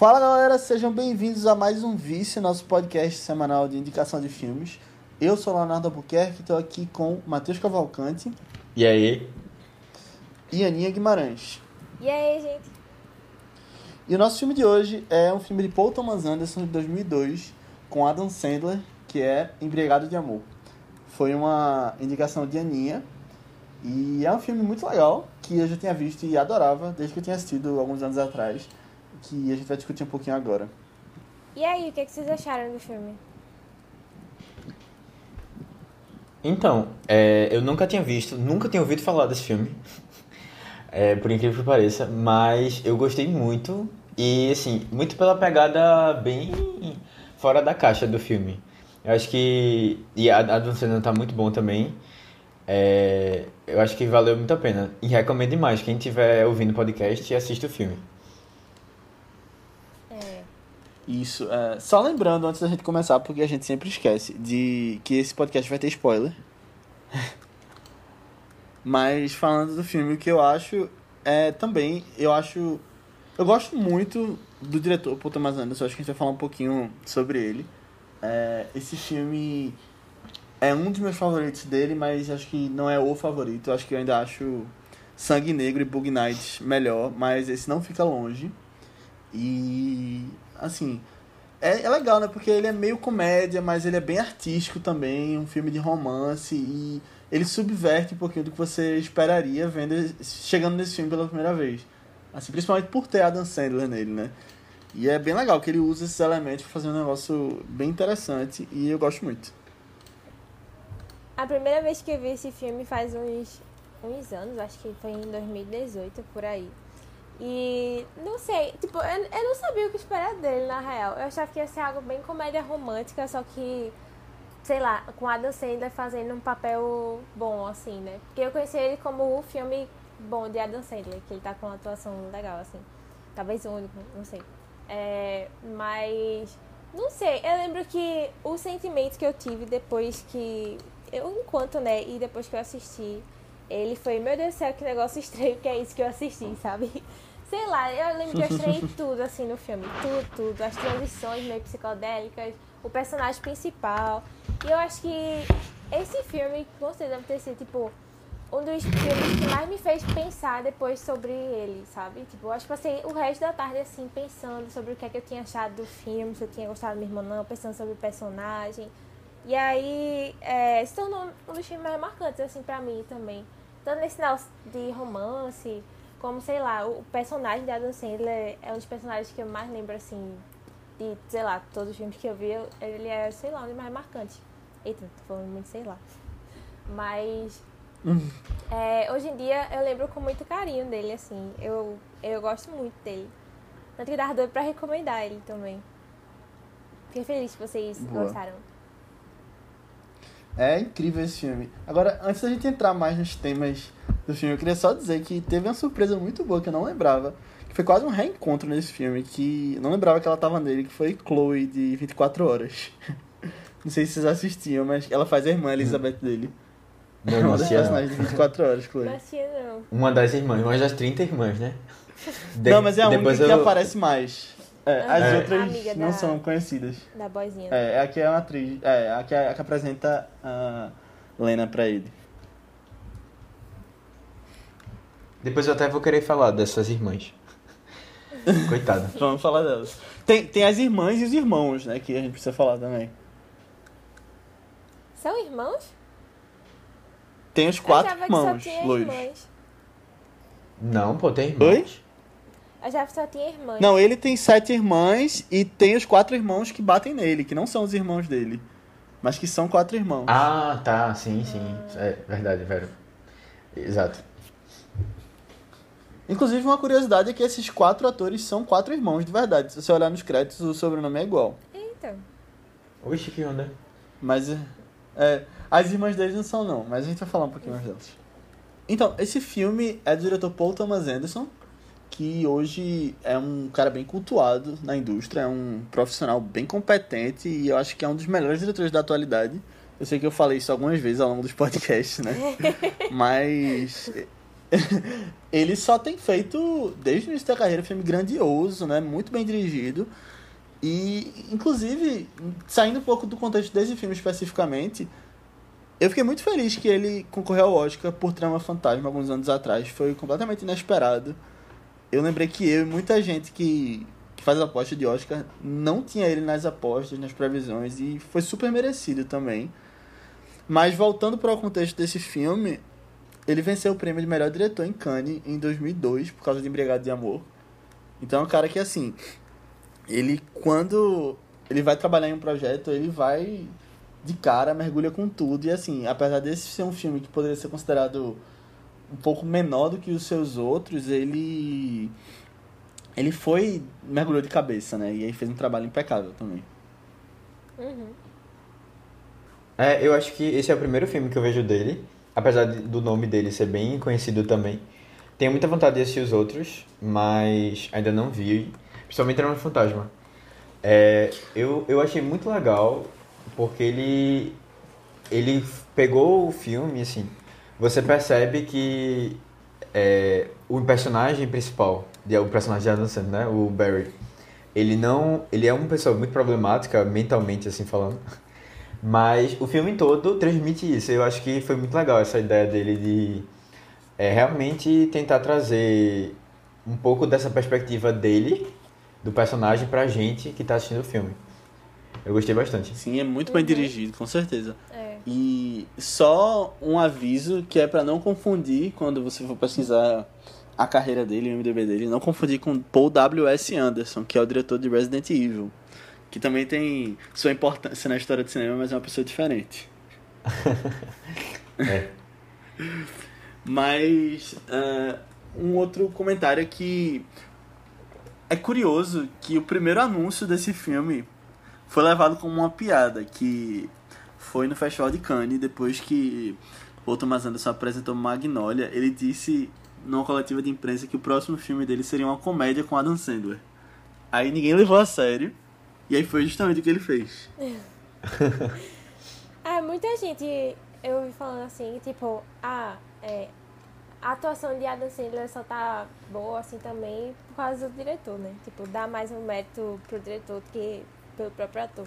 Fala galera, sejam bem-vindos a mais um Vice, nosso podcast semanal de indicação de filmes. Eu sou Leonardo Albuquerque, estou aqui com Matheus Cavalcante. E aí? E Aninha Guimarães. E aí, gente? E o nosso filme de hoje é um filme de Paul Thomas Anderson, de 2002, com Adam Sandler, que é Embriagado de Amor. Foi uma indicação de Aninha, e é um filme muito legal, que eu já tinha visto e adorava, desde que eu tinha assistido alguns anos atrás, que a gente vai discutir um pouquinho agora. E aí, o que vocês acharam do filme? Então, eu nunca tinha ouvido falar desse filme, por incrível que pareça, mas eu gostei muito e, assim, muito pela pegada bem fora da caixa do filme. Eu acho que... E a Adam Sandler tá muito bom também. Eu acho que valeu muito a pena. E recomendo demais. Quem estiver ouvindo o podcast, assista o filme. Isso, só lembrando antes da gente começar, porque a gente sempre esquece de que esse podcast vai ter spoiler. Mas falando do filme, o que eu acho também, eu gosto muito do diretor Paul Thomas Anderson, acho que a gente vai falar um pouquinho sobre ele. Esse filme é um dos meus favoritos dele, mas acho que não é o favorito. Eu acho que eu ainda acho Sangue Negro e Bug Nights melhor, mas esse não fica longe. E, assim, é legal, né? Porque ele é meio comédia, mas ele é bem artístico também, um filme de romance, e ele subverte um pouquinho do que você esperaria chegando nesse filme pela primeira vez. Assim, principalmente por ter Adam Sandler nele, né? E é bem legal que ele usa esses elementos para fazer um negócio bem interessante, e eu gosto muito. A primeira vez que eu vi esse filme faz uns anos, acho que foi em 2018, por aí. E não sei, tipo, eu não sabia o que esperar dele, na real. Eu achava que ia ser algo bem comédia romântica, só que, sei lá, com Adam Sandler fazendo um papel bom, assim, né? Porque eu conheci ele como o filme bom de Adam Sandler, que ele tá com uma atuação legal, assim. Talvez único, não sei. Mas, não sei, eu lembro que o sentimento que eu tive depois que... e depois que eu assisti, ele foi, meu Deus do céu, que negócio estranho que é isso que eu assisti, sabe? Sei lá, eu lembro que eu estranhei tudo, assim, no filme. Tudo. As transições meio psicodélicas, o personagem principal. E eu acho que esse filme, com certeza, deve ter sido, tipo, um dos filmes que mais me fez pensar depois sobre ele, sabe? Tipo, eu acho que passei o resto da tarde, assim, pensando sobre o que é que eu tinha achado do filme, se eu tinha gostado mesmo ou não, pensando sobre o personagem. E aí, se tornou um dos filmes mais marcantes, assim, pra mim também. Tanto nesse sinal de romance, como, sei lá, o personagem de Adam Sandler é um dos personagens que eu mais lembro, assim, de, sei lá, todos os filmes que eu vi, ele é, sei lá, um dos mais marcantes. Eita, tô falando muito, sei lá. Mas, hoje em dia, eu lembro com muito carinho dele, assim. Eu gosto muito dele. Tanto que dava doido pra recomendar ele também. Fiquei feliz que vocês gostaram. É incrível esse filme. Agora, antes da gente entrar mais nos temas do filme, eu queria só dizer que teve uma surpresa muito boa que eu não lembrava. Que foi quase um reencontro nesse filme, que eu não lembrava que ela tava nele, que foi Chloe, de 24 Horas. Não sei se vocês assistiam, mas ela faz a irmã Elizabeth dele. Não, É uma das assistia, personagens de 24 Horas, Chloe. Não assistia, não. uma das irmãs, uma das 30 irmãs, né? Não, mas é a única depois que aparece mais. As A outras amiga não da- são conhecidas. Da boizinha. Aqui é uma atriz. Aqui é a que apresenta a Lena pra ele. Depois eu até vou querer falar dessas irmãs. Coitada. Vamos falar delas. Tem as irmãs e os irmãos, né? Que a gente precisa falar também. São irmãos? Tem os Eu 4 achava que só irmãos, tinha loiros. irmãs. Não, pô, tem irmãs. Oi? Eu achava que só tinha irmãs. Não, ele tem 7 irmãs e tem os 4 irmãos que batem nele, que não são os irmãos dele, mas que são 4 irmãos. Ah, tá, sim. É verdade, velho. Exato. Inclusive, uma curiosidade é que esses 4 atores são 4 irmãos de verdade. Se você olhar nos créditos, o sobrenome é igual. Eita. Oxi, que onda. Mas as irmãs deles não são, não. Mas a gente vai falar um pouquinho mais delas. Então, esse filme é do diretor Paul Thomas Anderson, que hoje é um cara bem cultuado na indústria, é um profissional bem competente e eu acho que é um dos melhores diretores da atualidade. Eu sei que eu falei isso algumas vezes ao longo dos podcasts, né? Mas ele só tem feito, desde o início da carreira, um filme grandioso, né? Muito bem dirigido. E, inclusive, saindo um pouco do contexto desse filme especificamente, eu fiquei muito feliz que ele concorreu ao Oscar por Trama Fantasma alguns anos atrás. Foi completamente inesperado. Eu lembrei que eu e muita gente que faz aposta de Oscar não tinha ele nas apostas, nas previsões, e foi super merecido também. Mas voltando para o contexto desse filme, ele venceu o prêmio de melhor diretor em Cannes em 2002 por causa de Embriagado de Amor. Então é um cara que, assim, ele, quando ele vai trabalhar em um projeto, ele vai de cara, mergulha com tudo. E, assim, apesar desse ser um filme que poderia ser considerado um pouco menor do que os seus outros, ele foi, mergulhou de cabeça, né? E aí fez um trabalho impecável também. Uhum. Eu acho que esse é o primeiro filme que eu vejo dele, apesar do nome dele ser bem conhecido também. Tenho muita vontade de assistir os outros, mas ainda não vi, principalmente Trama Fantasma. Eu achei muito legal, porque ele pegou o filme, assim, você percebe que o personagem principal, o personagem de Adam Sandler, né, o Barry, ele é uma pessoa muito problemática, mentalmente, assim, falando, mas o filme todo transmite isso. Eu acho que foi muito legal essa ideia dele de realmente tentar trazer um pouco dessa perspectiva dele, do personagem, pra gente que tá assistindo o filme. Eu gostei bastante. Sim, é muito bem dirigido, com certeza. É. E só um aviso que é pra não confundir quando você for pesquisar a carreira dele, o IMDb dele, não confundir com Paul W.S. Anderson, que é o diretor de Resident Evil, que também tem sua importância na história do cinema, mas é uma pessoa diferente. Mas um outro comentário é que é curioso que o primeiro anúncio desse filme foi levado como uma piada, que foi no Festival de Cannes, depois que o Thomas Anderson apresentou Magnolia, ele disse numa coletiva de imprensa que o próximo filme dele seria uma comédia com Adam Sandler. Aí ninguém levou a sério, e aí foi justamente o que ele fez. Muita gente eu ouvi falando assim, tipo, a atuação de Adam Sandler só tá boa assim também por causa do diretor, né? Tipo, dá mais um mérito pro diretor do que pelo próprio ator.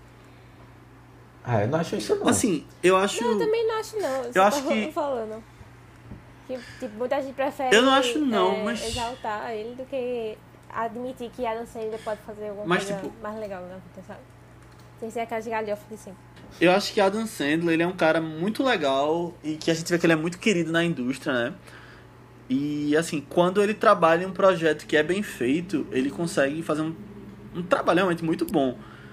Eu não acho isso não. Assim, eu acho... Não, eu também não acho não. Eu acho que... falando. Que, tipo, muita gente prefere Eu não acho não, mas... exaltar ele do que admitir que Adam Sandler pode fazer alguma coisa tipo... mais legal na vida, sabe? Sem ser aquela de galhofa de sempre. Eu acho que Adam Sandler, ele é um cara muito legal e que a gente vê que ele é muito querido na indústria, né? E, assim, quando ele trabalha em um projeto que é bem feito, ele consegue fazer um trabalho realmente muito bom.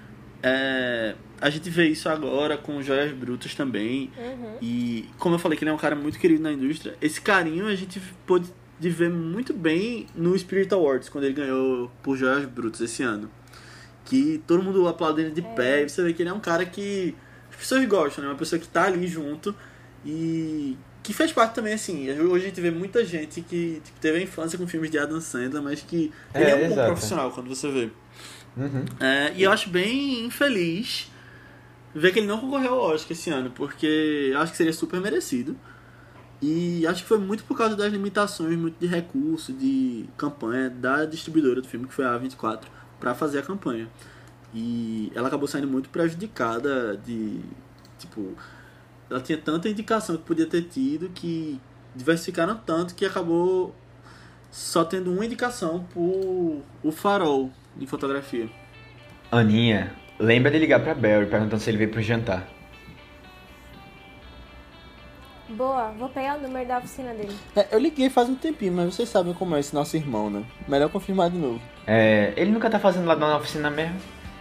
A gente vê isso agora com Joias Brutas também. Uhum. E, como eu falei que ele é um cara muito querido na indústria, esse carinho a gente pôde ver muito bem no Spirit Awards, quando ele ganhou por Joias Brutas esse ano. Que todo mundo aplaudindo de pé, e você vê que ele é um cara que as pessoas gostam, né? Uma pessoa que tá ali junto e que fez parte também, assim. Hoje a gente vê muita gente que teve a infância com filmes de Adam Sandler, mas que ele é um bom profissional quando você vê. Uhum. E eu acho bem infeliz ver que ele não concorreu ao Oscar esse ano, porque eu acho que seria super merecido. E acho que foi muito por causa das limitações, muito de recurso, de campanha da distribuidora do filme, que foi a A24, pra fazer a campanha. E ela acabou saindo muito prejudicada de... Tipo, ela tinha tanta indicação que podia ter tido, que diversificaram tanto que acabou só tendo uma indicação por O Farol em fotografia. Aninha, lembra de ligar pra Barry perguntando se ele veio pro jantar. Boa, vou pegar o número da oficina dele. Eu liguei faz um tempinho, mas vocês sabem como é esse nosso irmão, né? Melhor confirmar de novo. Ele nunca tá fazendo lá na oficina mesmo?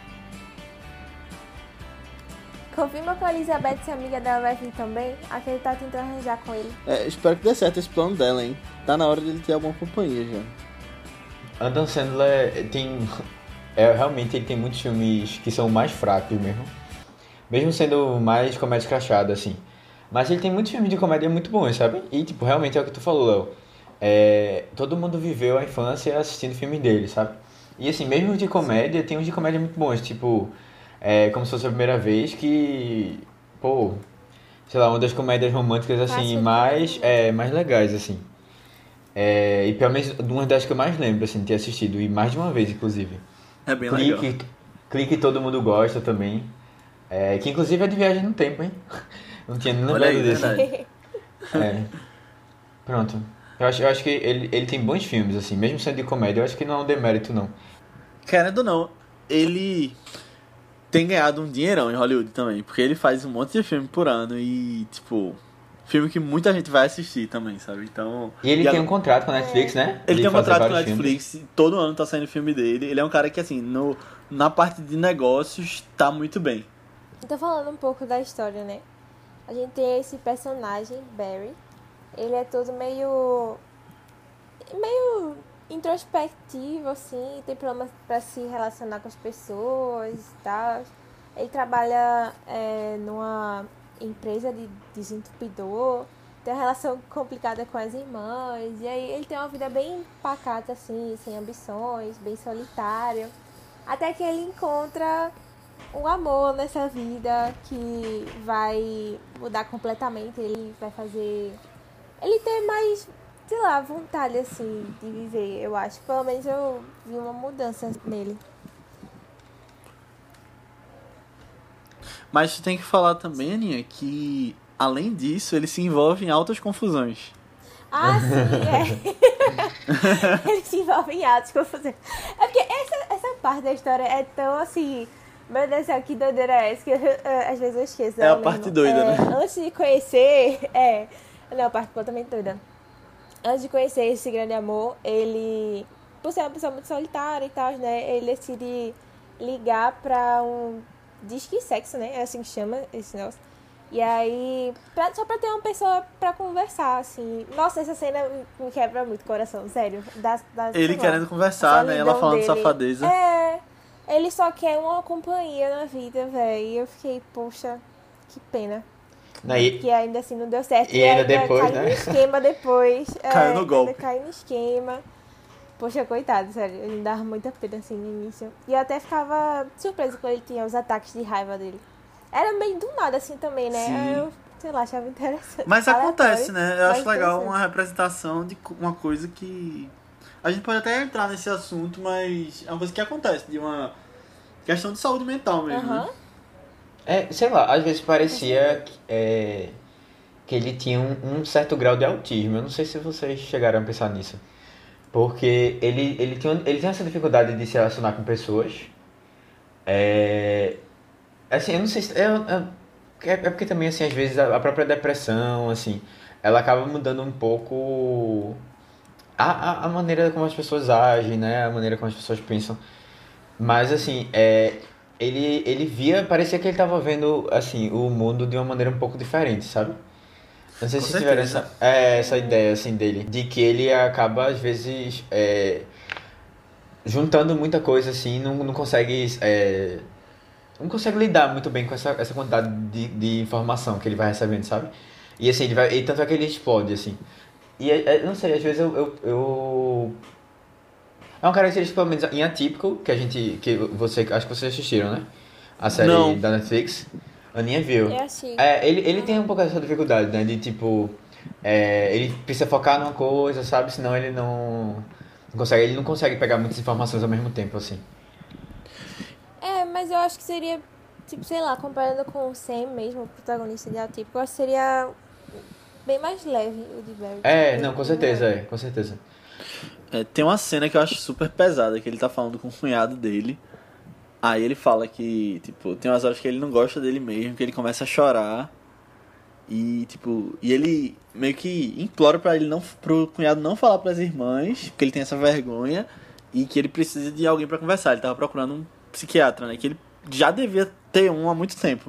Confirma com a Elizabeth se a amiga dela vai vir também. Aqui ele tá tentando arranjar com ele. Espero que dê certo esse plano dela, hein? Tá na hora dele ter alguma companhia já. Adam Sandler tem... realmente ele tem muitos filmes que são mais fracos mesmo. Mesmo sendo mais comédia crachada, assim. Mas ele tem muitos filmes de comédia muito bons, sabe? E, tipo, realmente é o que tu falou, Léo. Todo mundo viveu a infância assistindo filmes dele, sabe? E, assim, mesmo os de comédia, tem uns de comédia muito bons. Tipo, Como Se Fosse a Primeira Vez, que... Pô, sei lá, uma das comédias românticas, assim, mais legais, assim. E pelo menos uma das que eu mais lembro, assim, de ter assistido, e mais de uma vez, inclusive. É bem legal. Clique todo mundo gosta também. Que inclusive é de viagem no tempo, hein? Não tinha nem Olha lembrado aí, desse. verdade. Pronto. Eu acho que ele tem bons filmes, assim, mesmo sendo de comédia, eu acho que não é um demérito, não. Querendo ou não, ele tem ganhado um dinheirão em Hollywood também, porque ele faz um monte de filme por ano e, tipo, filme que muita gente vai assistir também, sabe? Então. E ele e tem agora- um contrato com a Netflix, né? Ele De tem um fazer contrato com a vários filmes. Netflix, e todo ano tá saindo filme dele. Ele é um cara que, assim, na parte de negócios, tá muito bem. Então, falando um pouco da história, né? A gente tem esse personagem, Barry. Ele é todo meio introspectivo, assim, tem problemas pra se relacionar com as pessoas e tal. Ele trabalha numa empresa de desentupidor, tem uma relação complicada com as irmãs, e aí ele tem uma vida bem pacata, assim, sem ambições, bem solitário. Até que ele encontra um amor nessa vida que vai mudar completamente. Ele vai fazer ele ter mais, sei lá, vontade, assim, de viver, eu acho. Pelo menos eu vi uma mudança nele. Mas tu tem que falar também, Aninha, que, além disso, ele se envolve em altas confusões. Ah, sim, é. Ele se envolve em atos confusões. É porque essa parte da história é tão, assim... Meu Deus do céu, que doideira é essa? Que às vezes eu esqueço. É a parte doida, né? Antes de conhecer... Não, a parte completamente doida. Antes de conhecer esse grande amor, ele... Por ser uma pessoa muito solitária e tal, né? Ele decide ligar pra um... Disque sexo, né? É assim que chama esse negócio. E aí... Só pra ter uma pessoa pra conversar, assim... Nossa, essa cena me quebra muito o coração, sério. Ele sei lá, querendo a conversar, né? Ela solidão falando dele. safadeza. Ele só quer uma companhia na vida, velho. E eu fiquei, poxa, que pena. Aí, Que ainda assim não deu certo. E ainda depois, cai né? no esquema depois. Caiu no golpe. Ainda cai no esquema. Poxa, coitado, sério. Ele me dava muita pena assim no início. E eu até ficava surpresa quando ele tinha os ataques de raiva dele. Era meio do nada assim também, né? Sim. Eu, sei lá, achava interessante. Mas acontece, né? Eu mas acho legal interessante. uma representação de uma coisa que... A gente pode até entrar nesse assunto, mas é uma coisa que acontece, de uma questão de saúde mental mesmo, Aham. né? sei lá, às vezes parecia que ele tinha um certo grau de autismo. Eu não sei se vocês chegaram a pensar nisso. Porque ele tem essa dificuldade de se relacionar com pessoas. Assim, eu não sei se... É porque também, assim, às vezes a própria depressão, assim, ela acaba mudando um pouco a maneira como as pessoas agem, né? A maneira como as pessoas pensam. Mas, assim, parecia que ele tava vendo, assim, o mundo de uma maneira um pouco diferente, sabe? Não sei Com se vocês tiveram certeza. essa ideia, assim, dele. De que ele acaba, às vezes, juntando muita coisa, assim, não consegue... não consegue lidar muito bem com essa quantidade de informação que ele vai recebendo, sabe? E, assim, tanto é que ele explode, assim. E, eu não sei, às vezes é uma característica, pelo menos, em Atípico, acho que vocês assistiram, né? A série Não. da Netflix. A Aninha viu. Eu achei. Ele tem um pouco essa dificuldade, né? De, tipo, ele precisa focar numa coisa, sabe? Senão ele ele não consegue pegar muitas informações ao mesmo tempo, assim. Mas eu acho que seria, tipo, sei lá, comparando com o Sam mesmo, o protagonista de Atípico, eu acho que seria bem mais leve o de Barry. Não, com certeza, com certeza. Tem uma cena que eu acho super pesada, que ele tá falando com o cunhado dele. Aí ele fala que, tipo, tem umas horas que ele não gosta dele mesmo, que ele começa a chorar. E, tipo, ele meio que implora pro cunhado não falar pras irmãs, porque ele tem essa vergonha, e que ele precisa de alguém pra conversar. Ele tava procurando um psiquiatra, né? Que ele já devia ter um há muito tempo.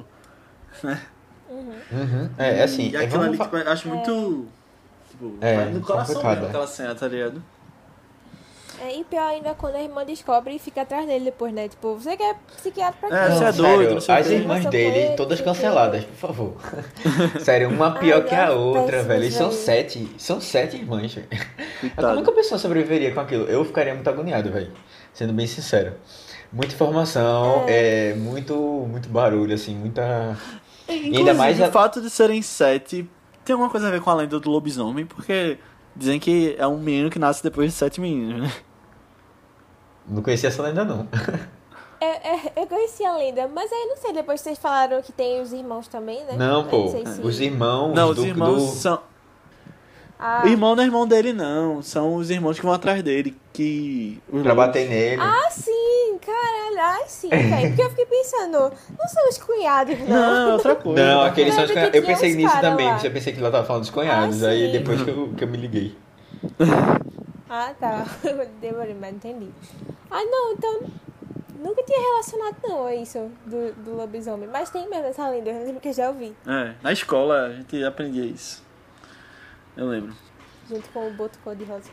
Uhum. Assim, E aquilo vamos ali, tipo, eu acho muito... Tipo, vai no coração complicado, mesmo aquela cena, tá ligado? E pior ainda quando a irmã descobre e fica atrás dele depois, né? Tipo, você quer psiquiatra pra quê? Você é Sério, doido, não sei o as quê. irmãs Conversa dele, com ele, todas não sei o quê. canceladas, por favor. Sério, uma pior que a elas outra, péssimas, velho. E são velho. sete irmãs, velho. Coitado. Como é que a pessoa sobreviveria com aquilo? Eu ficaria muito agoniado, velho. Sendo bem sincero. Muita informação, muito barulho, assim, muita... Inclusive, ainda mais o fato de serem 7 tem alguma coisa a ver com a lenda do lobisomem, porque Dizem que é um menino que nasce depois de 7 meninos, né? Não conhecia essa lenda, não. Eu conheci a lenda, mas aí não sei, depois vocês falaram que tem os irmãos também, né? Não, Mas pô. não sei se... Os irmãos Não, os do... irmãos do... são... Ah, O irmão não é irmão dele, não. São os irmãos que vão atrás dele, que... os Pra lobos. bater nele. sim, caralho. Sim, velho. Porque eu fiquei pensando, não são os cunhados, não. Não, é outra coisa. Não, aqueles são os Lembra que cunhados. Eu tinha pensei os nisso caras também. lá. Eu pensei que ela tava falando dos cunhados. Ah, Aí sim. depois que eu me liguei. Ah, tá. Demorei, mas entendi. Ah, não, então... Nunca tinha relacionado, não, a isso do lobisomem. Mas tem mesmo essa lenda, eu lembro que eu já ouvi. Na escola a gente aprendia isso. Eu lembro. Junto com o Boto Cor-de-Rosa.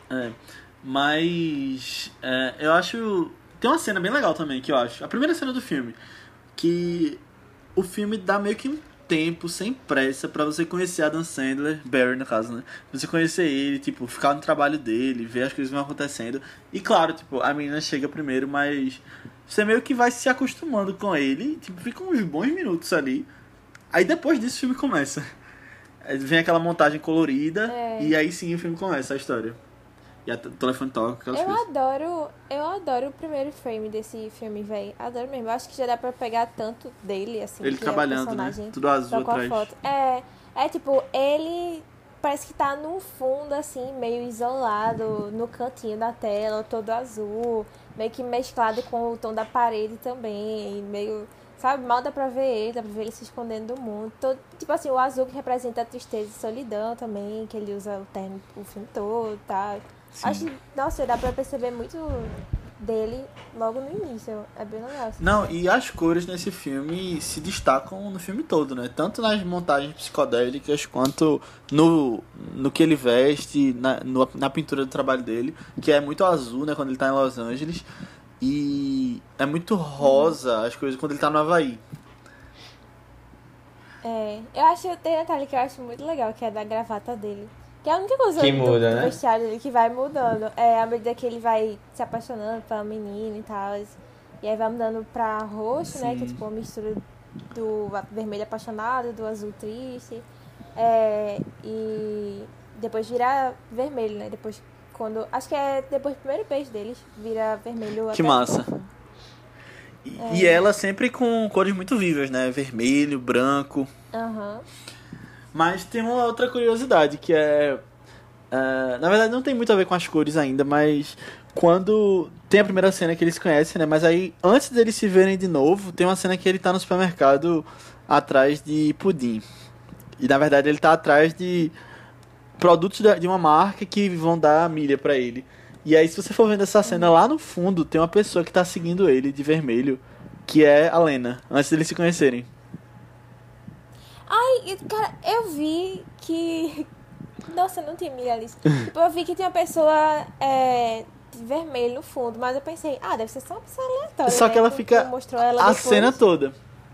Mas eu acho... Tem uma cena bem legal também, que eu acho. A primeira cena do filme. Que o filme dá meio que um tempo, sem pressa, pra você conhecer Adam Sandler, Barry no caso, né? Você conhecer ele, tipo, ficar no trabalho dele, ver as coisas que vão acontecendo. E claro, tipo, a menina chega primeiro, mas você meio que vai se acostumando com ele. Tipo, fica uns bons minutos ali. Aí depois disso o filme começa. Aí vem aquela montagem colorida e aí sim o filme começa, a história. E o telefone toca, aquelas coisas. Eu adoro o primeiro frame desse filme, velho. Adoro mesmo. Eu acho que já dá pra pegar tanto dele, assim. Ele que é o trabalhando, né? personagem, Tudo azul só com a atrás. foto. É tipo, ele parece que tá num fundo, assim, meio isolado, no cantinho da tela, todo azul, meio que mesclado com o tom da parede também, meio... Sabe, mal dá pra ver ele se escondendo do mundo. Tipo assim, o azul que representa a tristeza e solidão também, que ele usa o terno o filme todo e tal. Sim. Acho que, nossa, dá pra perceber muito dele logo no início. É bem legal. Assim. Não, e as cores nesse filme se destacam no filme todo, né? Tanto nas montagens psicodélicas quanto no que ele veste, na pintura do trabalho dele, que é muito azul, né? Quando ele tá em Los Angeles. E é muito rosa as coisas quando ele tá no Havaí. Eu acho, tem um detalhe que eu acho muito legal, que é da gravata dele. Que é a única coisa Que do muda, né? vestiário dele que vai mudando. É à medida que ele vai se apaixonando pela menina e tal. E aí vai mudando pra roxo, né? Que é tipo uma mistura do vermelho apaixonado, do azul triste. E depois vira vermelho, né? Depois quando... Acho que é depois do primeiro beijo deles, vira vermelho. Que até massa. E ela sempre com cores muito vivas, né? Vermelho, branco. Aham. Mas tem uma outra curiosidade, que na verdade não tem muito a ver com as cores ainda, mas quando tem a primeira cena que eles se conhecem, né? Mas aí, antes deles se verem de novo, tem uma cena que ele tá no supermercado atrás de pudim. E na verdade ele tá atrás de produtos de uma marca que vão dar milha pra ele. E aí, se você for vendo essa cena, lá no fundo tem uma pessoa que tá seguindo ele de vermelho, que é a Lena, antes deles se conhecerem. Ai, cara, eu vi que... Nossa, não tinha me ligado nisso. Tipo, eu vi que tinha uma pessoa de vermelho no fundo, mas eu pensei, deve ser só uma pessoa aleatória, Só que né? ela Que fica mostrou ela a depois. cena toda.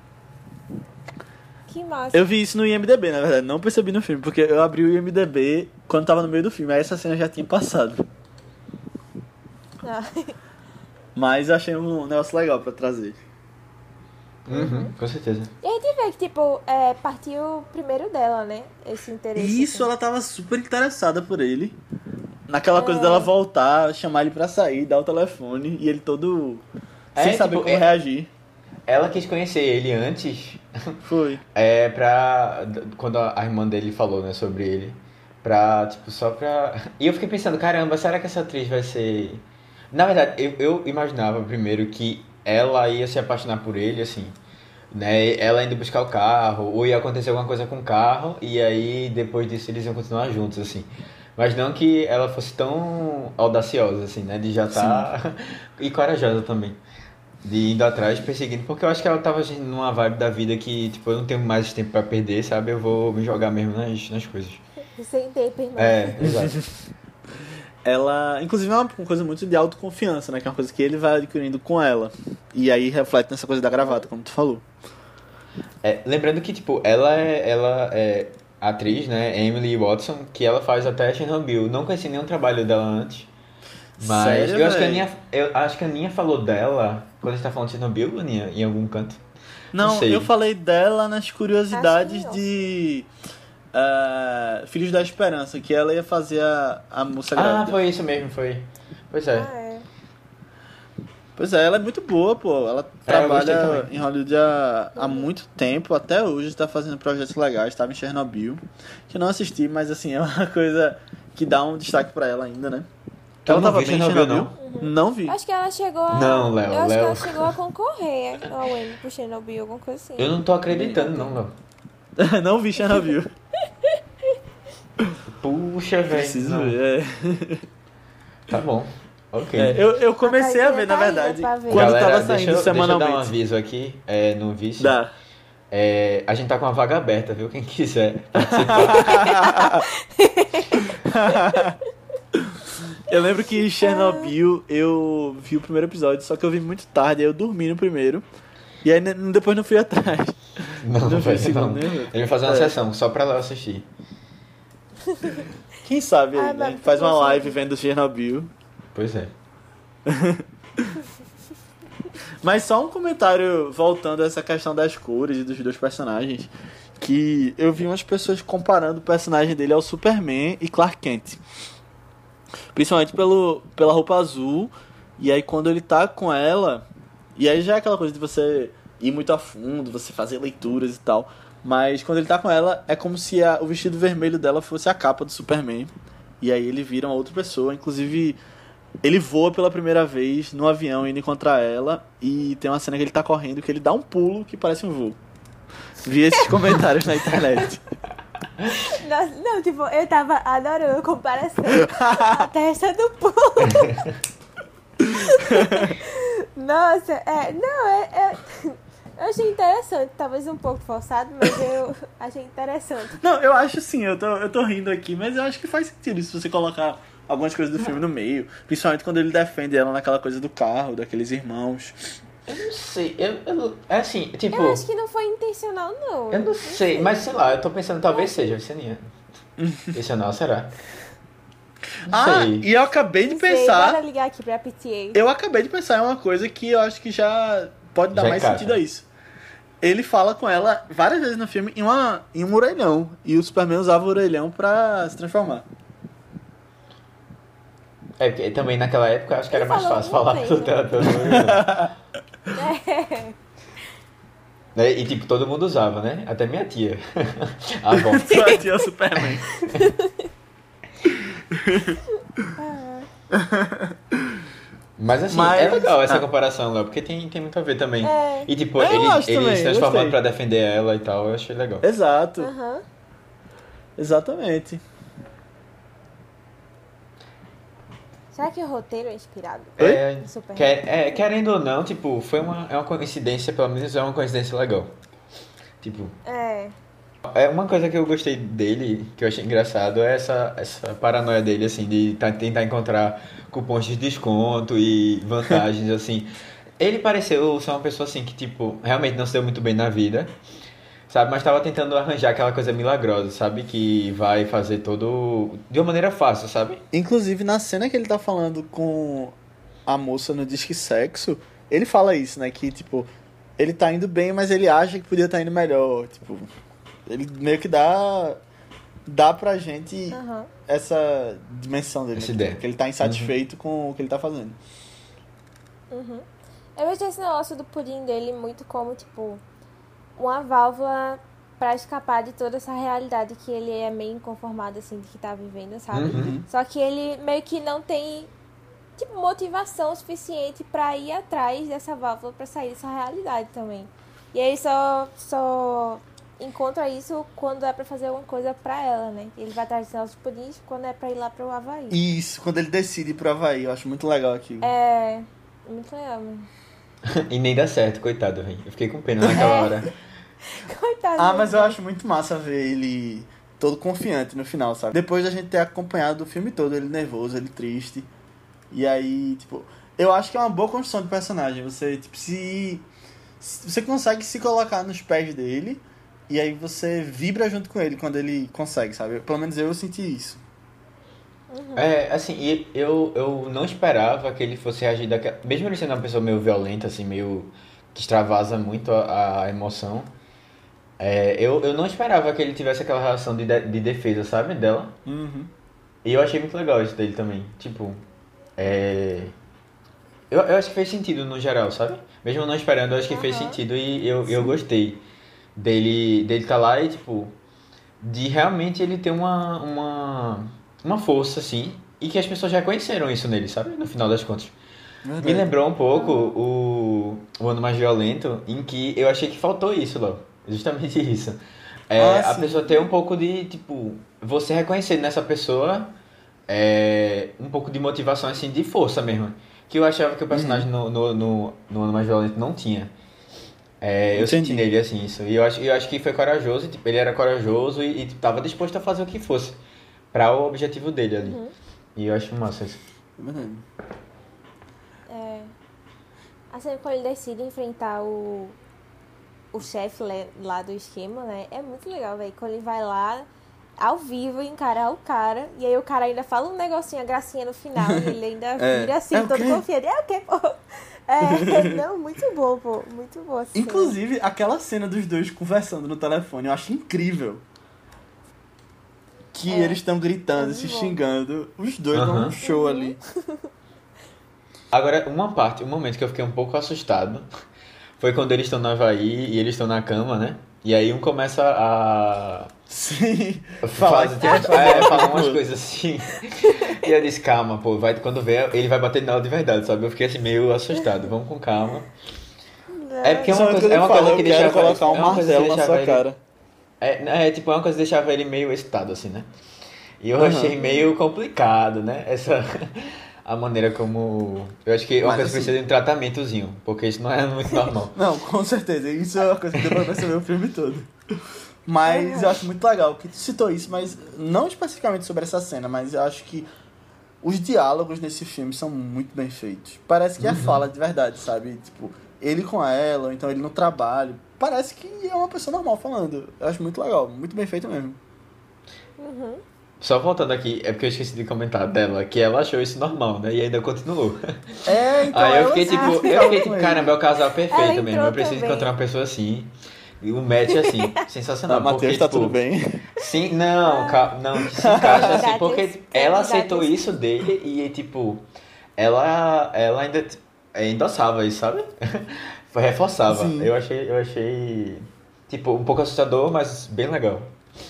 Que massa. Eu vi isso no IMDb, na verdade, não percebi no filme, porque eu abri o IMDb quando tava no meio do filme, aí essa cena já tinha passado. Ah. Mas eu achei um negócio legal pra trazer. Com certeza. E a gente vê que, tipo, partiu primeiro dela, né? Esse interesse. E isso, assim. ela tava super interessada por ele. Naquela coisa dela voltar, chamar ele pra sair, dar o telefone, e ele todo sem saber tipo, como reagir. Ela quis conhecer ele antes, Foi. quando a irmã dele falou, né, sobre ele, só pra... E eu fiquei pensando, caramba, será que essa atriz vai ser... Na verdade, eu imaginava primeiro que ela ia se apaixonar por ele, assim, né, ela indo buscar o carro, ou ia acontecer alguma coisa com o carro, e aí depois disso eles iam continuar juntos, assim. Mas não que ela fosse tão audaciosa, assim, né, de já estar... E corajosa também. De indo atrás, perseguindo, porque eu acho que ela tava numa vibe da vida que, tipo, eu não tenho mais tempo pra perder, sabe? Eu vou me jogar mesmo nas coisas. Sem tempo, irmão. Exato. Ela, inclusive, é uma coisa muito de autoconfiança, né? Que é uma coisa que ele vai adquirindo com ela. E aí reflete nessa coisa da gravata, como tu falou. Lembrando que, tipo, ela é atriz, né? Emily Watson, que ela faz até Chernobyl. Não conheci nenhum trabalho dela antes. Mas Sério, eu acho que a Aninha falou dela quando a gente tá falando de Chernobyl, Aninha, em algum canto. Não, sei. eu falei dela nas curiosidades Acho que Filhos da Esperança, que ela ia fazer a moça Ah, grávida. foi isso mesmo, foi. Pois é. Ah, é. Pois é, ela é muito boa, pô. Ela eu gostei trabalha também. em Hollywood há muito tempo, até hoje tá fazendo projetos legais, estava em Chernobyl, que eu não assisti, mas assim, é uma coisa que dá um destaque pra ela ainda, né? Tu Ela não tava viu bem em Chernobyl, Chernobyl? Não vi. Acho que ela chegou a. Não, Léo, Eu acho que Léo. ela chegou a concorrer ao Emmy pro Chernobyl, alguma coisa assim. Eu não tô acreditando, não, Léo. Não vi Chernobyl. Puxa, velho. Preciso não. ver. Tá bom. Ok. Eu comecei a Rapaz, ver, na tá aí, verdade, pra ver. quando Galera, tava deixa saindo eu dar um semanalmente. aviso aqui, no Vício. Dá. A gente tá com uma vaga aberta, viu? Quem quiser participar. Eu lembro que Chernobyl eu vi o primeiro episódio, só que eu vi muito tarde, aí eu dormi no primeiro. E aí depois não fui atrás. Não, vi o velho, segundo, não. né, velho? Ele vai fazer uma É. sessão só pra lá assistir. Quem sabe aí, Ah, né? mas A gente faz uma você- live vendo Chernobyl. Pois é. Mas só um comentário voltando a essa questão das cores e dos dois personagens. Que eu vi umas pessoas comparando o personagem dele ao Superman e Clark Kent. Principalmente pela roupa azul. E aí quando ele tá com ela. E aí já é aquela coisa de você ir muito a fundo, você fazer leituras e tal. Mas quando ele tá com ela, é como se o vestido vermelho dela fosse a capa do Superman. E aí ele vira uma outra pessoa. Inclusive, ele voa pela primeira vez no avião indo encontrar ela. E tem uma cena que ele tá correndo que ele dá um pulo que parece um voo. Vi esses comentários na internet. Nossa, não, tipo, eu tava adorando a comparação. A testa do pulo. Nossa, eu achei interessante, talvez um pouco forçado, mas eu achei interessante. Não, eu acho sim, eu tô rindo aqui, mas eu acho que faz sentido se você colocar algumas coisas do filme no meio. Principalmente quando ele defende ela naquela coisa do carro, daqueles irmãos. Eu não sei, é assim, tipo... Eu acho que não foi intencional, não. Eu não sei, mas sei lá, eu tô pensando talvez seja intencional, será? Não sei. E eu acabei de Não sei, pensar. bora ligar aqui pra PTA. Eu acabei de pensar em uma coisa que eu acho que já pode dar Já mais encaixa. sentido a isso. Ele fala com ela várias vezes no filme em um orelhão. E o Superman usava o orelhão pra se transformar. Porque também naquela época eu acho que era Ele mais falou fácil uma falar vez, pelo né? telefone. É. Né? E tipo, todo mundo usava, né? Até minha tia. A avó. Só tinha o Superman. Mas assim, Mas- é legal essa Ah. comparação, Léo, porque tem muito a ver também. É. E tipo, Eu ele acho também, se transformando gostei. pra defender ela e tal, eu achei legal. Exato. Aham. Exatamente. Será que o roteiro é inspirado? É, Superman. querendo ou não, tipo, é uma coincidência, pelo menos é uma coincidência legal. Tipo, É. uma coisa que eu gostei dele, que eu achei engraçado, é essa paranoia dele, assim, de tentar encontrar cupons de desconto e vantagens, assim. Ele pareceu ser uma pessoa, assim, que, tipo, realmente não se deu muito bem na vida, sabe? Mas tava tentando arranjar aquela coisa milagrosa, sabe? Que vai fazer todo... de uma maneira fácil, sabe? Inclusive, na cena que ele tá falando com a moça no Disque Sexo, ele fala isso, né? Que, tipo, ele tá indo bem, mas ele acha que podia estar indo melhor. Tipo, ele meio que dá pra gente Aham. essa dimensão dele. Essa né? ideia. Que ele tá insatisfeito com o que ele tá fazendo. Uhum. Eu vejo esse negócio do pudim dele muito como, tipo, uma válvula pra escapar de toda essa realidade que ele é meio inconformado, assim, de que tá vivendo, sabe? Uhum. Só que ele meio que não tem, tipo, motivação suficiente pra ir atrás dessa válvula pra sair dessa realidade também. E aí só encontra isso quando é pra fazer alguma coisa pra ela, né? Ele vai atrás dos nossos pudins quando é pra ir lá pro Havaí. Isso, quando ele decide ir pro Havaí, eu acho muito legal aquilo. É muito legal, mano. E nem dá certo, coitado, velho. Eu fiquei com pena naquela hora. Coitado. Ah, mas eu dele. acho muito massa ver ele todo confiante no final, sabe? Depois da gente ter acompanhado o filme todo, ele nervoso, ele triste. E aí, tipo, eu acho que é uma boa construção de personagem. Você, tipo, você consegue se colocar nos pés dele e aí você vibra junto com ele quando ele consegue, sabe? Pelo menos eu senti isso. Assim, e eu não esperava que ele fosse reagir daquela... Mesmo ele sendo uma pessoa meio violenta, assim, meio... que extravasa muito a emoção. Eu não esperava que ele tivesse aquela reação de defesa, sabe, dela. Uhum. E eu achei muito legal isso dele também. Tipo, é... eu acho que fez sentido no geral, sabe? Mesmo não esperando, eu acho que fez Aham. sentido e eu gostei dele tá lá e, tipo, de realmente ele ter uma força, assim, e que as pessoas reconheceram isso nele, sabe? No final das contas. Me Verdade. lembrou um pouco Aham. o Ano Mais Violento, em que eu achei que faltou isso, Léo. Justamente isso. Ah, A sim. pessoa ter um pouco de, tipo, você reconhecer nessa pessoa um pouco de motivação, assim, de força mesmo. Que eu achava que o Uhum. personagem no Ano Mais Violento não tinha. Eu senti Entendi. nele, assim, isso. E eu acho que foi corajoso, tipo, ele era corajoso e tipo, tava disposto a fazer o que fosse para o objetivo dele ali. Uhum. E eu acho massa isso. É verdade. É. Assim, quando ele decide enfrentar o chefe lá do esquema, né? É muito legal, velho. Quando ele vai lá, ao vivo, encarar o cara. E aí o cara ainda fala um negocinho, a gracinha no final. E ele ainda É. vira É assim, o todo quê? confiante. É o quê, pô? É, não, muito bom, pô. Muito boa essa cena. Inclusive, aquela cena dos dois conversando no telefone, eu acho incrível. Que É, eles estão é gritando, se muito bom. xingando. Os dois dão um Aham. show ali. Agora, um momento que eu fiquei um pouco assustado foi quando eles estão no Havaí e eles estão na cama, né? E aí um começa a Sim. Falar fazer, que tipo, quer fazer uma falar coisa pro umas outro. coisas assim. E eu disse, calma, pô, quando vier, ele vai bater nela de verdade, sabe? Eu fiquei assim meio assustado, vamos com calma. É Não, porque Principalmente quando é ele uma fala, coisa eu que quero deixava, colocar um é uma coisa que martelo na sua deixava ele, cara. tipo, é uma coisa que deixava ele meio excitado, assim, né? E eu achei Aham. meio complicado, né? A maneira como, eu acho que é uma Mas coisa que precisa assim, de um tratamentozinho, porque isso não é muito normal. não, com certeza. Isso é uma coisa que deu pra perceber o filme todo. Mas eu aham. acho muito legal que tu citou isso, mas não especificamente sobre essa cena, mas eu acho que os diálogos nesse filme são muito bem feitos. Parece que é fala Uhum. de verdade, sabe? Tipo, ele com ela, ou então ele no trabalho. Parece que é uma pessoa normal falando. Eu acho muito legal, muito bem feito mesmo. Uhum. Só voltando aqui, é porque eu esqueci de comentar dela, que ela achou isso normal, né? E ainda continuou. É, então Aí ela sempre eu ficava fiquei com tipo, caramba, ele. é o casal Ela perfeito mesmo. Eu entrou preciso encontrar também. uma pessoa assim. E um match assim, Ah, sensacional. Matheus, Porque, tá tudo tipo, bem? sim, não, Ah, não, que se encaixa assim, porque candidatos, tipo, ela aceitou candidatos. isso dele e, tipo, ela ainda endossava isso, sabe? Foi reforçava. Sim, Eu achei, tipo, um pouco assustador, mas bem legal.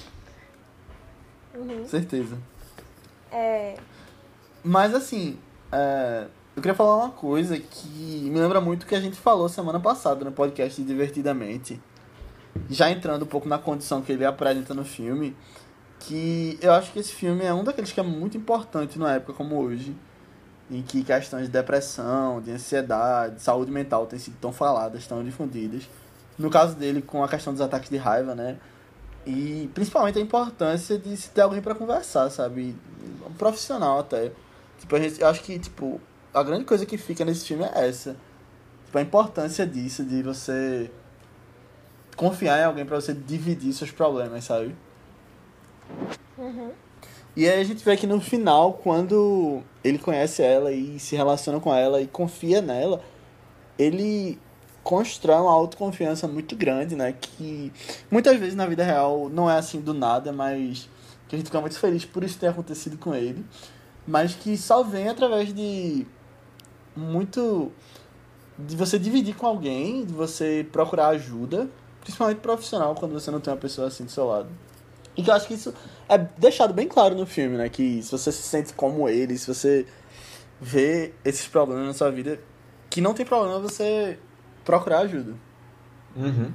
Uhum. certeza. É, Mas assim, eu queria falar uma coisa que me lembra muito o que a gente falou semana passada no podcast de Divertidamente. Já entrando um pouco na condição que ele apresenta no filme, que eu acho que esse filme é um daqueles que é muito importante numa época como hoje, em que questões de depressão, de ansiedade, saúde mental têm sido tão faladas, tão difundidas. No caso dele, com a questão dos ataques de raiva, né? E principalmente a importância de se ter alguém pra conversar, sabe? Um profissional até. Tipo, eu acho que, tipo, a grande coisa que fica nesse filme é essa. Tipo, a importância disso, de você confiar em alguém pra você dividir seus problemas, sabe? uhum. E aí a gente vê que no final, quando ele conhece ela e se relaciona com ela e confia nela, ele constrói uma autoconfiança muito grande, né? Que muitas vezes na vida real não é assim do nada, mas que a gente fica muito feliz por isso ter acontecido com ele. Mas que só vem através de muito de você dividir com alguém, de você procurar ajuda, principalmente profissional, quando você não tem uma pessoa assim do seu lado. E que eu acho que isso é deixado bem claro no filme, né? Que se você se sente como ele, se você vê esses problemas na sua vida, que não tem problema você procurar ajuda. Uhum.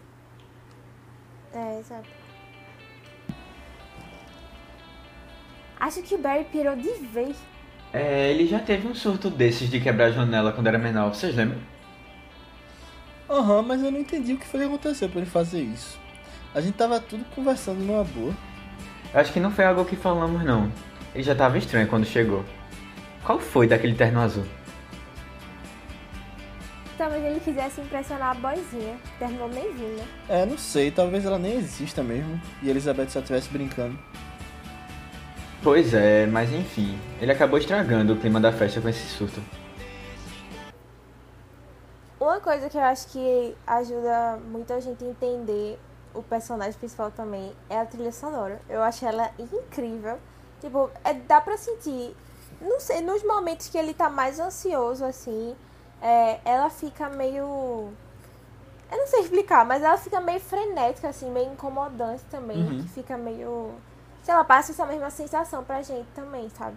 É, exato. Acho que o Barry pirou de vez. Ele já teve um surto desses de quebrar a janela quando era menor, vocês lembram? Aham, mas eu não entendi o que foi que aconteceu pra ele fazer isso. A gente tava tudo conversando numa boa. Eu acho que não foi algo que falamos, não. Ele já tava estranho quando chegou. Qual foi daquele terno azul? Talvez ele quisesse impressionar a boizinha. Terminou nem vindo, né? É, não sei, talvez ela nem exista mesmo. E a Elizabeth só estivesse brincando. Pois é, mas enfim. Ele acabou estragando o clima da festa com esse surto. Uma coisa que eu acho que ajuda muito a gente a entender o personagem principal também é a trilha sonora. Eu acho ela incrível. Tipo, dá pra sentir, não sei, nos momentos que ele tá mais ansioso, assim, ela fica meio... Eu não sei explicar, mas ela fica meio frenética, assim, meio incomodante também. Que fica meio... Sei lá, passa essa mesma sensação pra gente também, sabe?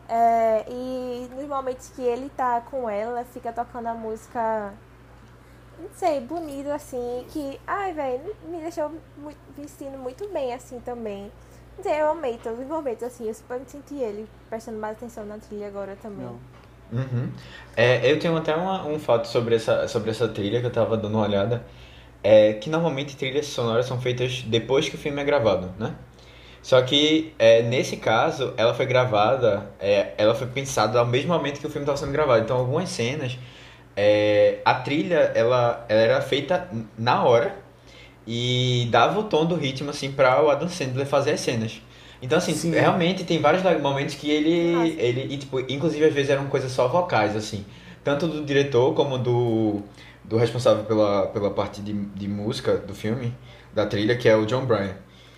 E nos momentos que ele tá com ela, fica tocando a música... Não sei, bonito, assim, que... Ai, velho, me deixou vestindo muito bem, assim, também. Não sei, eu amei todos os momentos, assim, eu super senti ele prestando mais atenção na trilha agora também. Não. Uhum. Eu tenho até um fato sobre essa trilha que eu tava dando uma olhada. Que normalmente trilhas sonoras são feitas depois que o filme é gravado, né? Só que nesse caso, ela foi gravada, ela foi pensada ao mesmo momento que o filme estava sendo gravado. Então, algumas cenas, a trilha ela era feita na hora e dava o tom do ritmo assim para o Adam Sandler fazer as cenas. Então, assim, Sim. realmente tem vários momentos que Nossa. e, tipo, inclusive às vezes eram coisas só vocais, assim, tanto do diretor como do responsável pela parte de música do filme, da trilha, que é o John Bryan.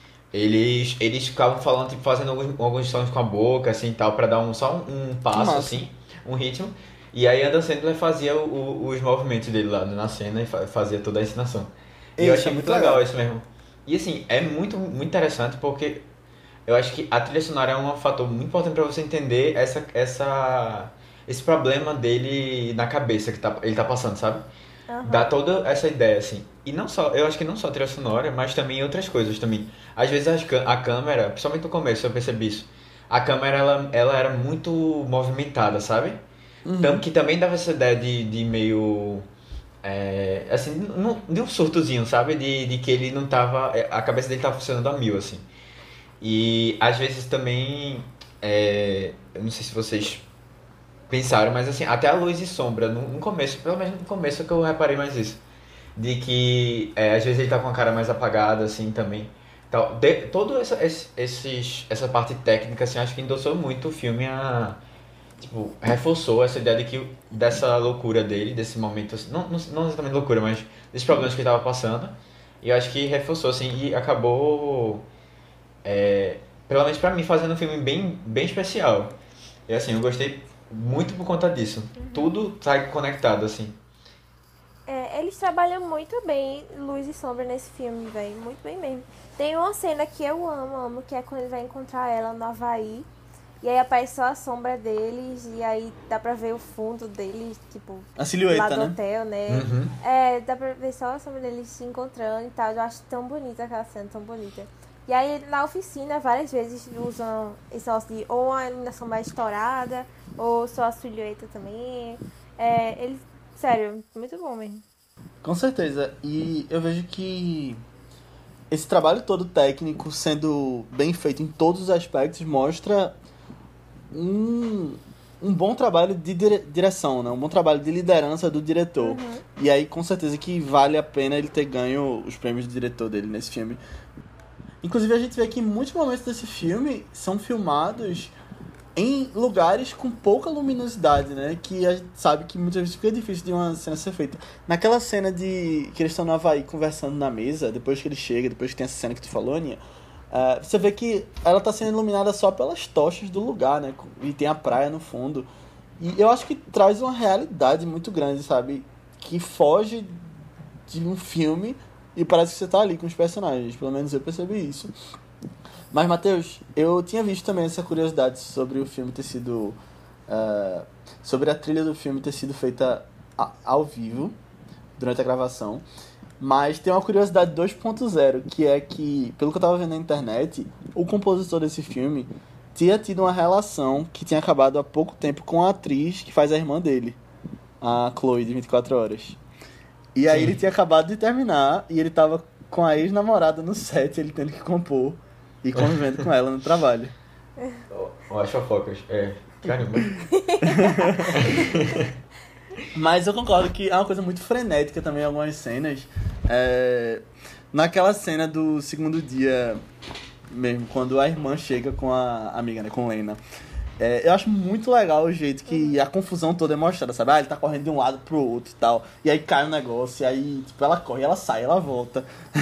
Eles ficavam falando, tipo, fazendo alguns sons com a boca, assim, tal, pra dar só um passo, massa. assim, um ritmo. E aí Adam Sandler fazia os movimentos dele lá na cena e fazia toda a encenação. E eu Isso achei é muito muito legal legal. isso mesmo. E assim, é muito, muito interessante porque eu acho que a trilha sonora é um fator muito importante pra você entender esse problema dele na cabeça que ele tá passando, sabe? Dá Aham. toda essa ideia, assim. E não só, eu acho que não só a trilha sonora, mas também outras coisas também. Às vezes a câmera, principalmente no começo, eu percebi isso. A câmera, ela era muito movimentada, sabe? Que também dava essa ideia de meio... assim, de um surtozinho, sabe? De que ele não tava... A cabeça dele tava funcionando a mil, assim. E às vezes também... eu não sei se vocês pensaram, mas assim, até a luz e sombra, no começo, pelo menos no começo é que eu reparei mais isso. De que às vezes ele tá com a cara mais apagada, assim, também. Então, todo essa parte técnica, assim, acho que endossou muito o filme tipo, reforçou essa ideia dessa loucura dele, desse momento, assim, não exatamente loucura, mas desses problemas que ele tava passando. E eu acho que reforçou, assim, e acabou, pelo menos pra mim, fazendo um filme bem, bem especial. E assim, eu gostei muito por conta disso. Tudo tá conectado, assim. Eles trabalham muito bem luz e sombra nesse filme, velho. Muito bem mesmo. Tem uma cena que eu amo, que é quando ele vai encontrar ela no Havaí. E aí aparece só a sombra deles, e aí dá pra ver o fundo deles, tipo, A lá silhueta, do né? hotel, né? Uhum. Dá pra ver só a sombra deles se encontrando e tal. Eu acho tão bonita aquela cena, tão bonita. E aí na oficina, várias vezes usam esse negócio de ou a iluminação mais estourada, ou só a silhueta também. Eles, sério, muito bom mesmo. Com certeza. E eu vejo que esse trabalho todo técnico sendo bem feito em todos os aspectos mostra um, um bom trabalho de direção, né? Um bom trabalho de liderança do diretor. E aí, com certeza que vale a pena ele ter ganho os prêmios de diretor dele nesse filme. Inclusive, a gente vê que muitos momentos desse filme são filmados em lugares com pouca luminosidade, né? Que a gente sabe que muitas vezes fica difícil de uma cena ser feita. Naquela cena de que eles estão no Havaí conversando na mesa, depois que ele chega, depois que tem essa cena que tu falou, Aninha, você vê que ela tá sendo iluminada só pelas tochas do lugar, né? E tem a praia no fundo. E eu acho que traz uma realidade muito grande, sabe? Que foge de um filme e parece que você tá ali com os personagens. Pelo menos eu percebi isso. Mas, Matheus, eu tinha visto também essa curiosidade sobre o filme ter sido... sobre a trilha do filme ter sido feita ao vivo, durante a gravação. Mas tem uma curiosidade 2.0, que é que, pelo que eu tava vendo na internet, o compositor desse filme tinha tido uma relação que tinha acabado há pouco tempo com a atriz que faz a irmã dele, a Chloe, de 24 Horas. E aí Sim. ele tinha acabado de terminar e ele tava com a ex-namorada no set, ele tendo que compor e convivendo com ela no trabalho. Ó, as fofocas. Caramba. Mas eu concordo que é uma coisa muito frenética também, algumas cenas. Naquela cena do segundo dia mesmo, quando a irmã chega com a amiga, né, com Lena. Eu acho muito legal o jeito que a confusão toda é mostrada, sabe? Ele tá correndo de um lado pro outro e tal. E aí cai um negócio, e aí tipo, ela corre, ela sai, ela volta.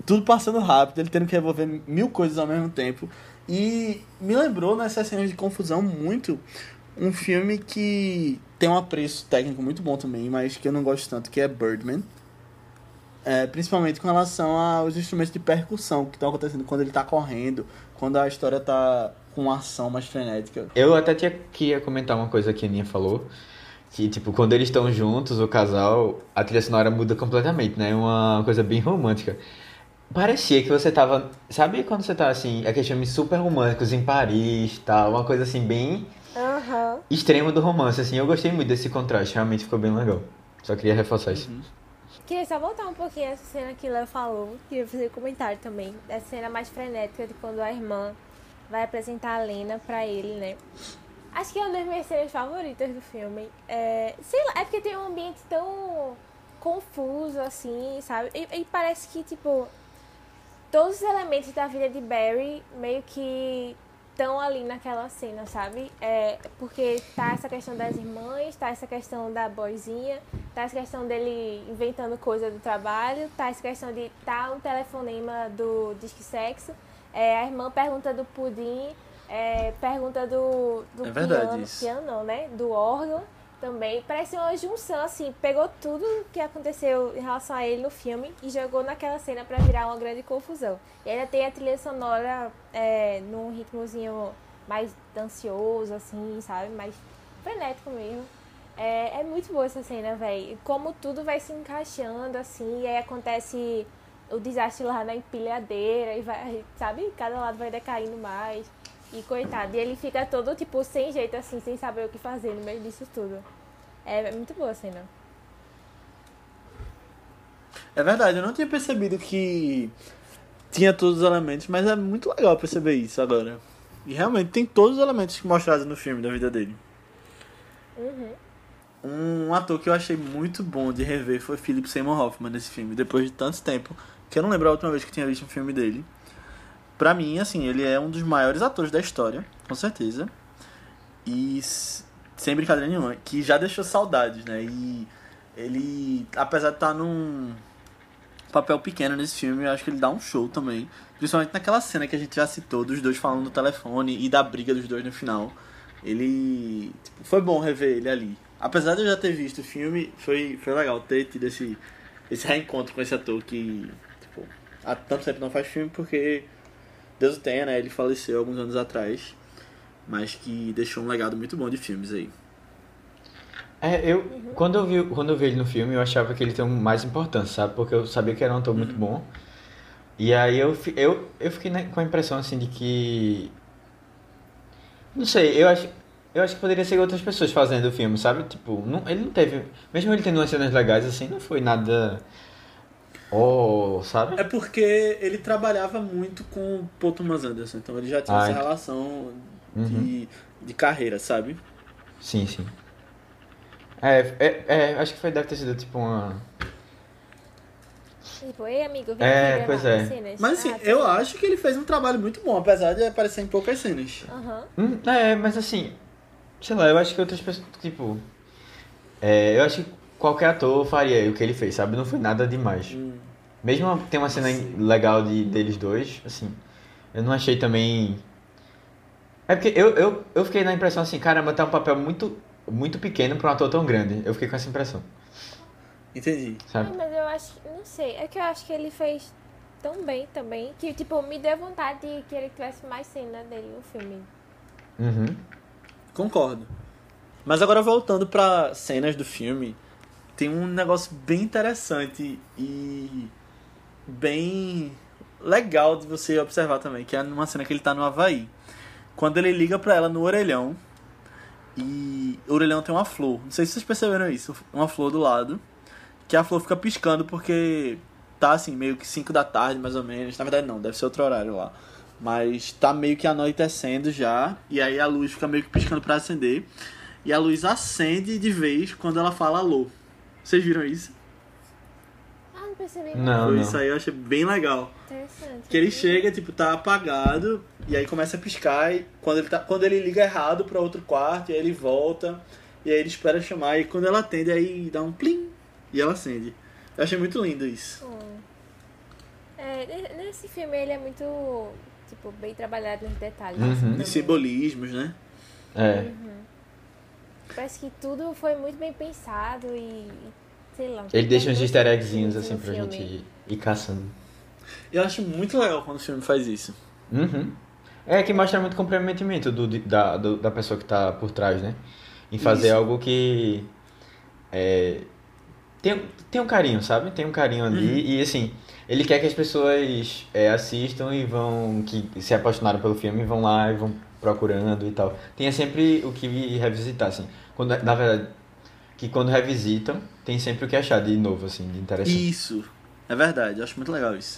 tudo passando rápido, ele tendo que resolver 1000 coisas ao mesmo tempo. E me lembrou nessas cenas de confusão muito um filme que tem um apreço técnico muito bom também, mas que eu não gosto tanto, que é Birdman. Principalmente com relação aos instrumentos de percussão que estão acontecendo quando ele tá correndo, quando a história tá com uma ação mais frenética. Eu até que ia comentar uma coisa que a Aninha falou, que, tipo, quando eles estão juntos, o casal, a trilha sonora muda completamente, né? É uma coisa bem romântica. Parecia que você tava... Sabe quando você tá, assim, aqueles filmes super românticos em Paris, tal, uma coisa, assim, bem Aham. extrema do romance, assim. Eu gostei muito desse contraste, realmente ficou bem legal. Só queria reforçar isso. Queria só voltar um pouquinho essa cena que o Léo falou. Queria fazer um comentário também. Essa cena mais frenética de quando a irmã vai apresentar a Lena pra ele, né? Acho que é uma das minhas cenas favoritas do filme. Sei lá, é porque tem um ambiente tão confuso, assim, sabe? E parece que, tipo, todos os elementos da vida de Barry meio que estão ali naquela cena, sabe? Porque tá essa questão das irmãs, tá essa questão da boizinha, tá essa questão dele inventando coisa do trabalho, tá essa questão de tá um telefonema do Disque Sexo, a irmã pergunta do pudim, pergunta do É verdade piano, isso. piano não, né? Do órgão também. Parece uma junção, assim, pegou tudo que aconteceu em relação a ele no filme e jogou naquela cena pra virar uma grande confusão. E ainda tem a trilha sonora num ritmozinho mais ansioso, assim, sabe? Mais frenético mesmo. É muito boa essa cena, velho. Como tudo vai se encaixando, assim, e aí acontece o desastre lá na empilhadeira e vai, sabe? Cada lado vai decaindo mais. E coitado, e ele fica todo, tipo, sem jeito, assim, sem saber o que fazer no meio disso tudo. É muito boa a cena. É verdade, eu não tinha percebido que tinha todos os elementos, mas é muito legal perceber isso agora. E realmente tem todos os elementos mostrados no filme da vida dele. Um ator que eu achei muito bom de rever foi Philip Seymour Hoffman nesse filme, depois de tanto tempo, que eu não lembro a última vez que eu tinha visto um filme dele. Pra mim, assim, ele é um dos maiores atores da história, com certeza. E, sem brincadeira nenhuma, que já deixou saudades, né? E ele, apesar de estar num papel pequeno nesse filme, eu acho que ele dá um show também. Principalmente naquela cena que a gente já citou, dos dois falando no telefone e da briga dos dois no final. Ele... Tipo, foi bom rever ele ali. Apesar de eu já ter visto o filme, foi legal ter tido esse reencontro com esse ator que, tipo, há tanto tempo não faz filme, porque Deus o tenha, né? Ele faleceu alguns anos atrás, mas que deixou um legado muito bom de filmes aí. Quando eu vi ele no filme, eu achava que ele tem mais importância, sabe? Porque eu sabia que era um ator muito bom. E aí eu fiquei com a impressão, assim, de que... Não sei, eu acho que poderia ser outras pessoas fazendo o filme, sabe? Tipo, ele não teve... Mesmo ele tendo umas cenas legais, assim, não foi nada... sabe? É porque ele trabalhava muito com o Paul Thomas Anderson, então ele já tinha essa relação de carreira, sabe? Sim, sim. Acho que deve ter sido tipo uma... Tipo, ei, amigo, vem aqui gravar pois as cenas. Mas assim, eu acho que ele fez um trabalho muito bom, apesar de aparecer em poucas cenas. Mas assim, sei lá, eu acho que outras pessoas, tipo... eu acho que qualquer ator faria o que ele fez, sabe? Não foi nada demais. Mesmo tem uma cena legal deles dois, assim, eu não achei também... É porque eu fiquei na impressão assim, caramba, tá um papel muito, muito pequeno pra um ator tão grande. Eu fiquei com essa impressão. Entendi. Sabe? Mas eu acho, não sei, é que eu acho que ele fez tão bem também, que tipo, me deu vontade de que ele tivesse mais cena dele no filme. Concordo. Mas agora voltando pra cenas do filme, tem um negócio bem interessante e bem legal de você observar também, que é numa cena que ele tá no Havaí. Quando ele liga pra ela no orelhão, e o orelhão tem uma flor. Não sei se vocês perceberam isso, uma flor do lado, que a flor fica piscando porque tá assim, meio que 5 da tarde, mais ou menos. Na verdade não, deve ser outro horário lá. Mas tá meio que anoitecendo já, e aí a luz fica meio que piscando pra acender. E a luz acende de vez quando ela fala alô. Vocês viram isso? Não percebi. Não. Isso aí eu achei bem legal. Interessante. Que ele chega, tipo, tá apagado, e aí começa a piscar, e quando ele liga errado pra outro quarto, e aí ele volta, e aí ele espera chamar, e quando ela atende, aí dá um plim, e ela acende. Eu achei muito lindo isso. esse filme, ele é muito, tipo, bem trabalhado nos detalhes. Uhum. assim, De também. simbolismos, né? É. Parece que tudo foi muito bem pensado e sei lá. Ele deixa uns tem easter muito eggzinhos muito assim no pra filme. gente ir caçando. Eu acho muito legal quando o filme faz isso. Uhum. É que mostra muito comprometimento da pessoa que tá por trás, né? Em fazer Isso. algo que tem um carinho, sabe? Tem um carinho ali e assim, ele quer que as pessoas assistam e que se apaixonaram pelo filme vão lá e vão procurando e tal. Tem sempre o que revisitar, assim. Na verdade, que quando revisitam, tem sempre o que achar de novo, assim, de interessante. Isso. É verdade, eu acho muito legal isso.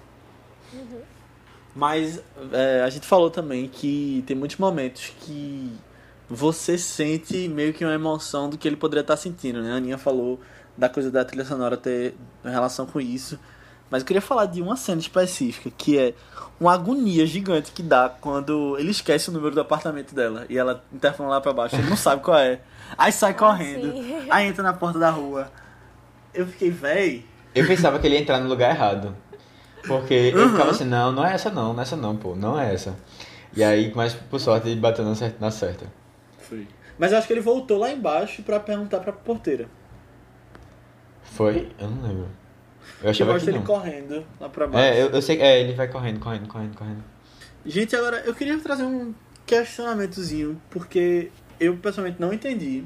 Mas a gente falou também que tem muitos momentos que você sente meio que uma emoção do que ele poderia estar sentindo, né? A Aninha falou da coisa da trilha sonora ter relação com isso. Mas eu queria falar de uma cena específica, que é uma agonia gigante que dá quando ele esquece o número do apartamento dela e ela interfona lá pra baixo, ele não sabe qual é. Aí sai correndo, sim. aí entra na porta da rua. Eu fiquei, véi. Eu pensava que ele ia entrar no lugar errado. Porque eu ficava assim, não é essa não, não é essa não, pô, não é essa. E aí, mas por sorte, ele bateu na certa. Foi. Mas eu acho que ele voltou lá embaixo pra perguntar pra porteira. Foi? Eu não lembro. Eu Eu achava mostro que ele não. correndo lá pra baixo. Eu sei que ele vai correndo. Gente, agora eu queria trazer um questionamentozinho, porque eu pessoalmente não entendi.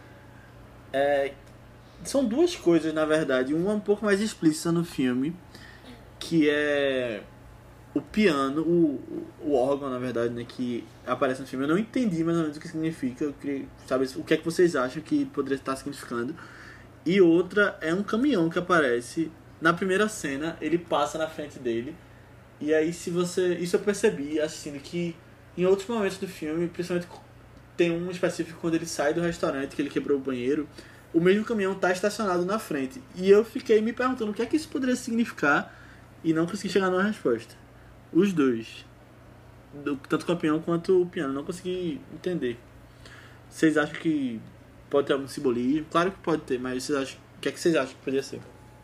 São duas coisas, na verdade. Uma um pouco mais explícita no filme, que é o piano, o órgão, na verdade, né, que aparece no filme. Eu não entendi mais ou menos o que significa. Eu queria saber o que é que vocês acham que poderia estar significando. E outra é um caminhão que aparece. Na primeira cena, ele passa na frente dele. E aí, se você... Isso eu percebi assistindo que em outros momentos do filme, principalmente tem um específico quando ele sai do restaurante, que ele quebrou o banheiro, o mesmo caminhão tá estacionado na frente. E eu fiquei me perguntando o que é que isso poderia significar e não consegui chegar numa resposta. Os dois. Tanto o caminhão quanto o piano. Não consegui entender. Vocês acham que pode ter algum simbolismo? Claro que pode ter, mas vocês acham... o que é que vocês acham que poderia ser?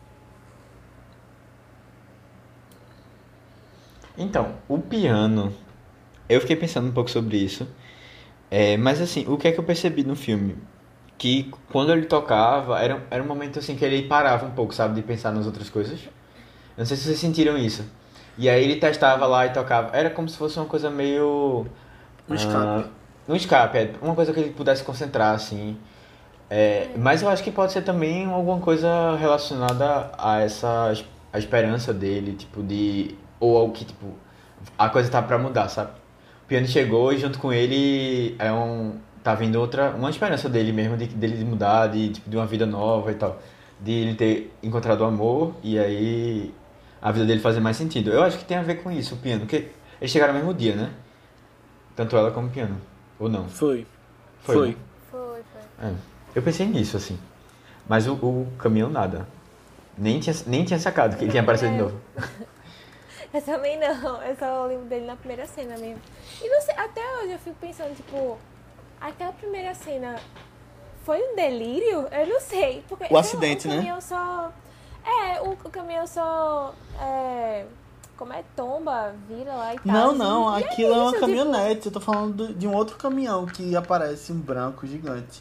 Então, o piano, eu fiquei pensando um pouco sobre isso. Mas assim, o que é que eu percebi no filme? Que quando ele tocava, era um momento assim que ele parava um pouco, sabe, de pensar nas outras coisas. Eu não sei se vocês sentiram isso. E aí ele testava lá e tocava. Era como se fosse uma coisa meio... Um escape. Um escape, uma coisa que ele pudesse concentrar, assim. Mas eu acho que pode ser também alguma coisa relacionada a a esperança dele, tipo, ou algo que, tipo, a coisa tá pra mudar, sabe? O piano chegou e junto com ele tá vindo uma esperança dele mesmo, dele de mudar, tipo, de uma vida nova e tal. De ele ter encontrado o amor e aí a vida dele fazer mais sentido. Eu acho que tem a ver com isso, o piano, porque eles chegaram no mesmo dia, né? Tanto ela como o piano. Ou não? Foi. Foi, né? Foi. Eu pensei nisso, assim. Mas o caminhão nada. Nem tinha sacado que ele tinha aparecido de novo. Eu também não, eu só lembro dele na primeira cena mesmo. E não sei, até hoje eu fico pensando, tipo, aquela primeira cena foi um delírio? Eu não sei. Porque O acidente, o né? caminhão só. O caminhão só. Como é? Tomba, vira lá e tal. Não, E aquilo é uma isso, caminhonete. Eu tô falando de um outro caminhão que aparece, um branco gigante.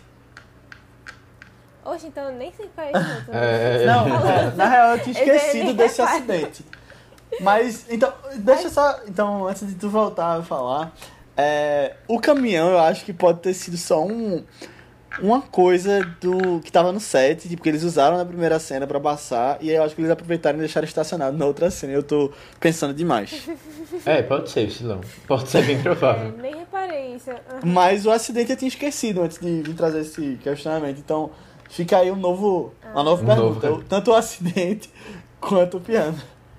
Tipo, oxe, então eu nem sei qual é esse outro. Não, na real eu tinha Esse aí esquecido nem desse reparo. acidente. Mas, então, deixa só. Então, antes de tu voltar a falar, o caminhão eu acho que pode ter sido só uma coisa do que tava no set, tipo, que eles usaram na primeira cena pra passar, e aí eu acho que eles aproveitaram e deixaram estacionado na outra cena. Eu tô pensando demais. Pode ser, Silão. Pode ser bem provável. Nem reparei isso. Mas o acidente eu tinha esquecido antes de vir trazer esse questionamento. Então, fica aí uma nova pergunta. novo. Tanto o acidente quanto o piano.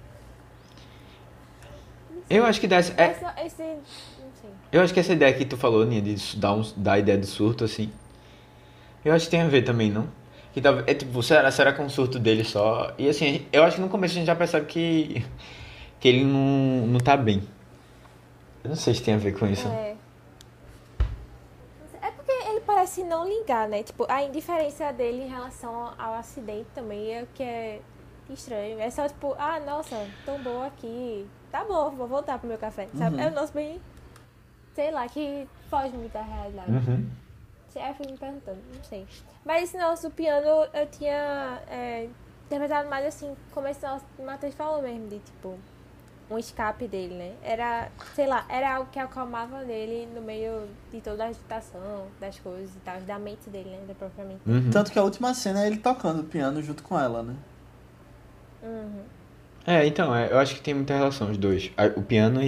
Eu acho que dessa. Esse. Não sei. Eu acho que essa ideia que tu falou, Nia, de dar a ideia do surto, assim. Eu acho que tem a ver também, não? Que talvez. Tipo, será que é um surto dele só? E assim, eu acho que no começo a gente já percebe que ele não tá bem. Eu não sei se tem a ver com isso. É porque ele parece não ligar, né? Tipo, a indiferença dele em relação ao acidente também é o que é estranho. É só tipo, ah, nossa, tão bom aqui. Tá bom, vou voltar pro meu café, sabe? É um negócio bem, sei lá, que foge muito da realidade. Uhum. Aí eu fui me perguntando, não sei. Mas esse negócio do piano eu tinha interpretado mais assim, como esse negócio que o Matheus falou mesmo, de tipo, um escape dele, né? Era, sei lá, era algo que acalmava nele no meio de toda a agitação das coisas e tal, da mente dele, né? Da própria mente. Uhum. Tanto que a última cena é ele tocando piano junto com ela, né? Uhum. Então, eu acho que tem muita relação os dois. O piano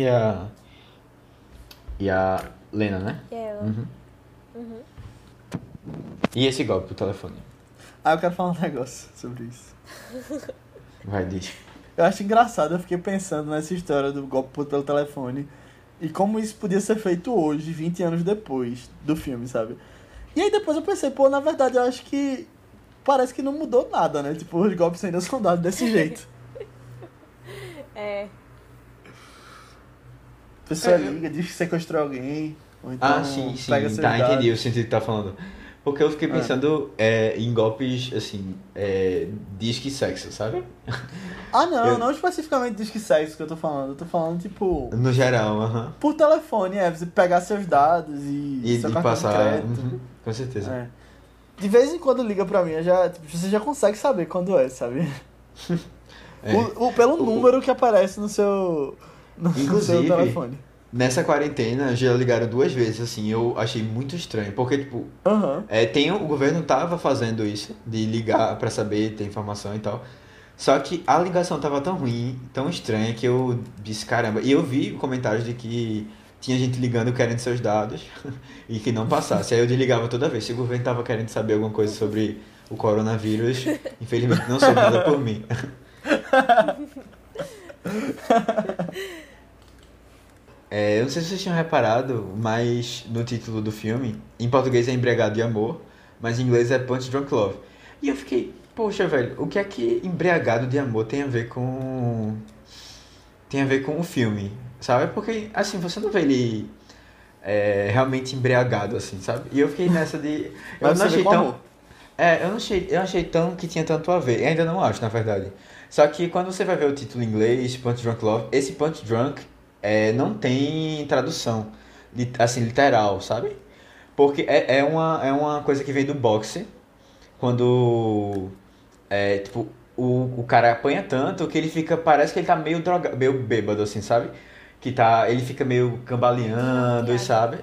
e a Lena, né? E ela? Uhum. Uhum. E esse golpe pro telefone? Ah, eu quero falar um negócio sobre isso. Vai, diz. Eu acho engraçado, eu fiquei pensando nessa história do golpe pelo telefone e como isso podia ser feito hoje, 20 anos depois do filme, sabe? E aí depois eu pensei, pô, na verdade eu acho que parece que não mudou nada, né? Tipo, os golpes ainda são dados desse jeito. É. A pessoa liga, diz que sequestrou alguém, ou então Sim, pega seus tá, dados. entendi o sentido que tá falando. Porque eu fiquei pensando em golpes, assim, disque sexo, sabe? Ah, não, Eu- não especificamente diz que sexo que eu tô falando. Eu tô falando, tipo, No geral, aham. por telefone, você pegar seus dados E e seu de cartão passar. de crédito. Uhum, com certeza. É. De vez em quando liga pra mim, você já consegue saber quando é, sabe? É. Pelo número que aparece no seu Inclusive, telefone. Nessa quarentena já ligaram 2 vezes, assim, eu achei muito estranho. Porque, tipo, Aham. o governo tava fazendo isso, de ligar pra saber, ter informação e tal. Só que a ligação tava tão ruim, tão estranha, que eu disse, caramba. E eu vi comentários de que tinha gente ligando querendo seus dados e que não passasse. Aí eu desligava toda vez. Se o governo tava querendo saber alguma coisa sobre o coronavírus, infelizmente não soube nada por mim. Eu não sei se vocês tinham reparado, mas no título do filme, em português é Embriagado de Amor, mas em inglês é Punch Drunk Love. E eu fiquei, poxa, velho, o que é que Embriagado de Amor tem a ver com. Tem a ver com o filme, sabe? Porque, assim, você não vê ele realmente embriagado, assim, sabe? E eu fiquei nessa de. Eu Mas não você vê achei com tão. amor. Eu achei tão que tinha tanto a ver. E ainda não acho, na verdade. Só que quando você vai ver o título em inglês, Punch Drunk Love, esse Punch Drunk não tem tradução, assim, literal, sabe? Porque é uma coisa que vem do boxe, quando, tipo, o cara apanha tanto que ele fica, parece que ele tá meio meio bêbado, assim, sabe? Ele fica meio cambaleando, Norteado. sabe?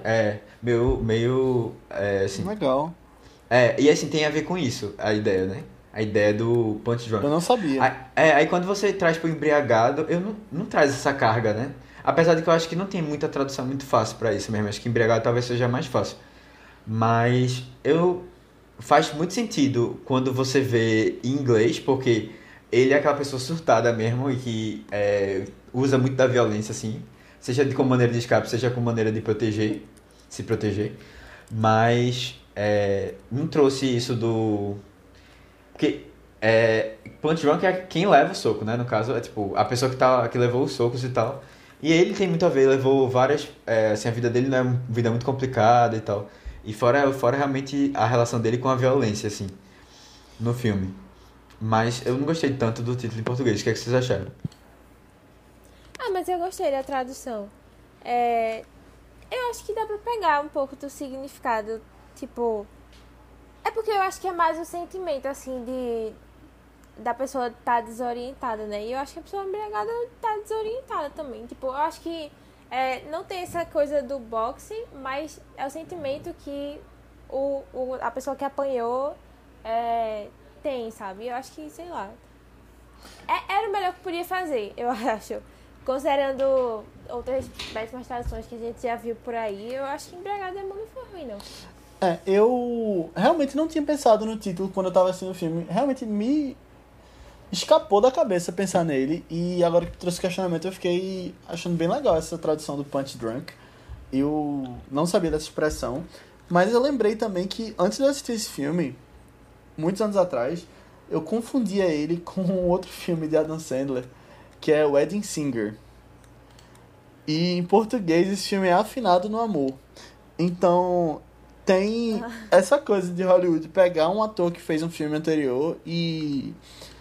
Assim, Legal. e assim, tem a ver com isso, a ideia, né? A ideia do Punch Drunk. Eu não sabia. Aí quando você traz pro embriagado, eu não traz essa carga, né? Apesar de que eu acho que não tem muita tradução muito fácil pra isso mesmo. Acho que embriagado talvez seja mais fácil. Mas faz muito sentido quando você vê em inglês, porque ele é aquela pessoa surtada mesmo e que usa muito da violência, assim. Seja como maneira de escape, seja como maneira de se proteger. Mas não trouxe isso do... Porque Punch Drunk é quem leva o soco, né? No caso, é tipo, a pessoa que levou os socos e tal. E ele tem muito a ver, levou várias... assim, a vida dele não é uma vida muito complicada e tal. E fora realmente a relação dele com a violência, assim, no filme. Mas eu não gostei tanto do título em português. O que é que vocês acharam? Ah, mas eu gostei da tradução. Eu acho que dá pra pegar um pouco do significado, tipo... É porque eu acho que é mais o sentimento, assim, da pessoa tá desorientada, né? E eu acho que a pessoa embriagada tá desorientada também. Tipo, eu acho que não tem essa coisa do boxe, mas é o sentimento que a pessoa que apanhou tem, sabe? Eu acho que, sei lá. Era o melhor que podia fazer, eu acho. Considerando outras péssimas traduções que a gente já viu por aí, eu acho que embriagado não foi ruim, não. Eu realmente não tinha pensado no título quando eu tava assistindo o filme. Realmente me escapou da cabeça pensar nele. E agora que trouxe questionamento, eu fiquei achando bem legal essa tradução do Punch Drunk. Eu não sabia dessa expressão. Mas eu lembrei também que antes de eu assistir esse filme, muitos anos atrás, eu confundia ele com um outro filme de Adam Sandler, que é Wedding Singer. E em português esse filme é Afinado no Amor. Então... tem essa coisa de Hollywood pegar um ator que fez um filme anterior e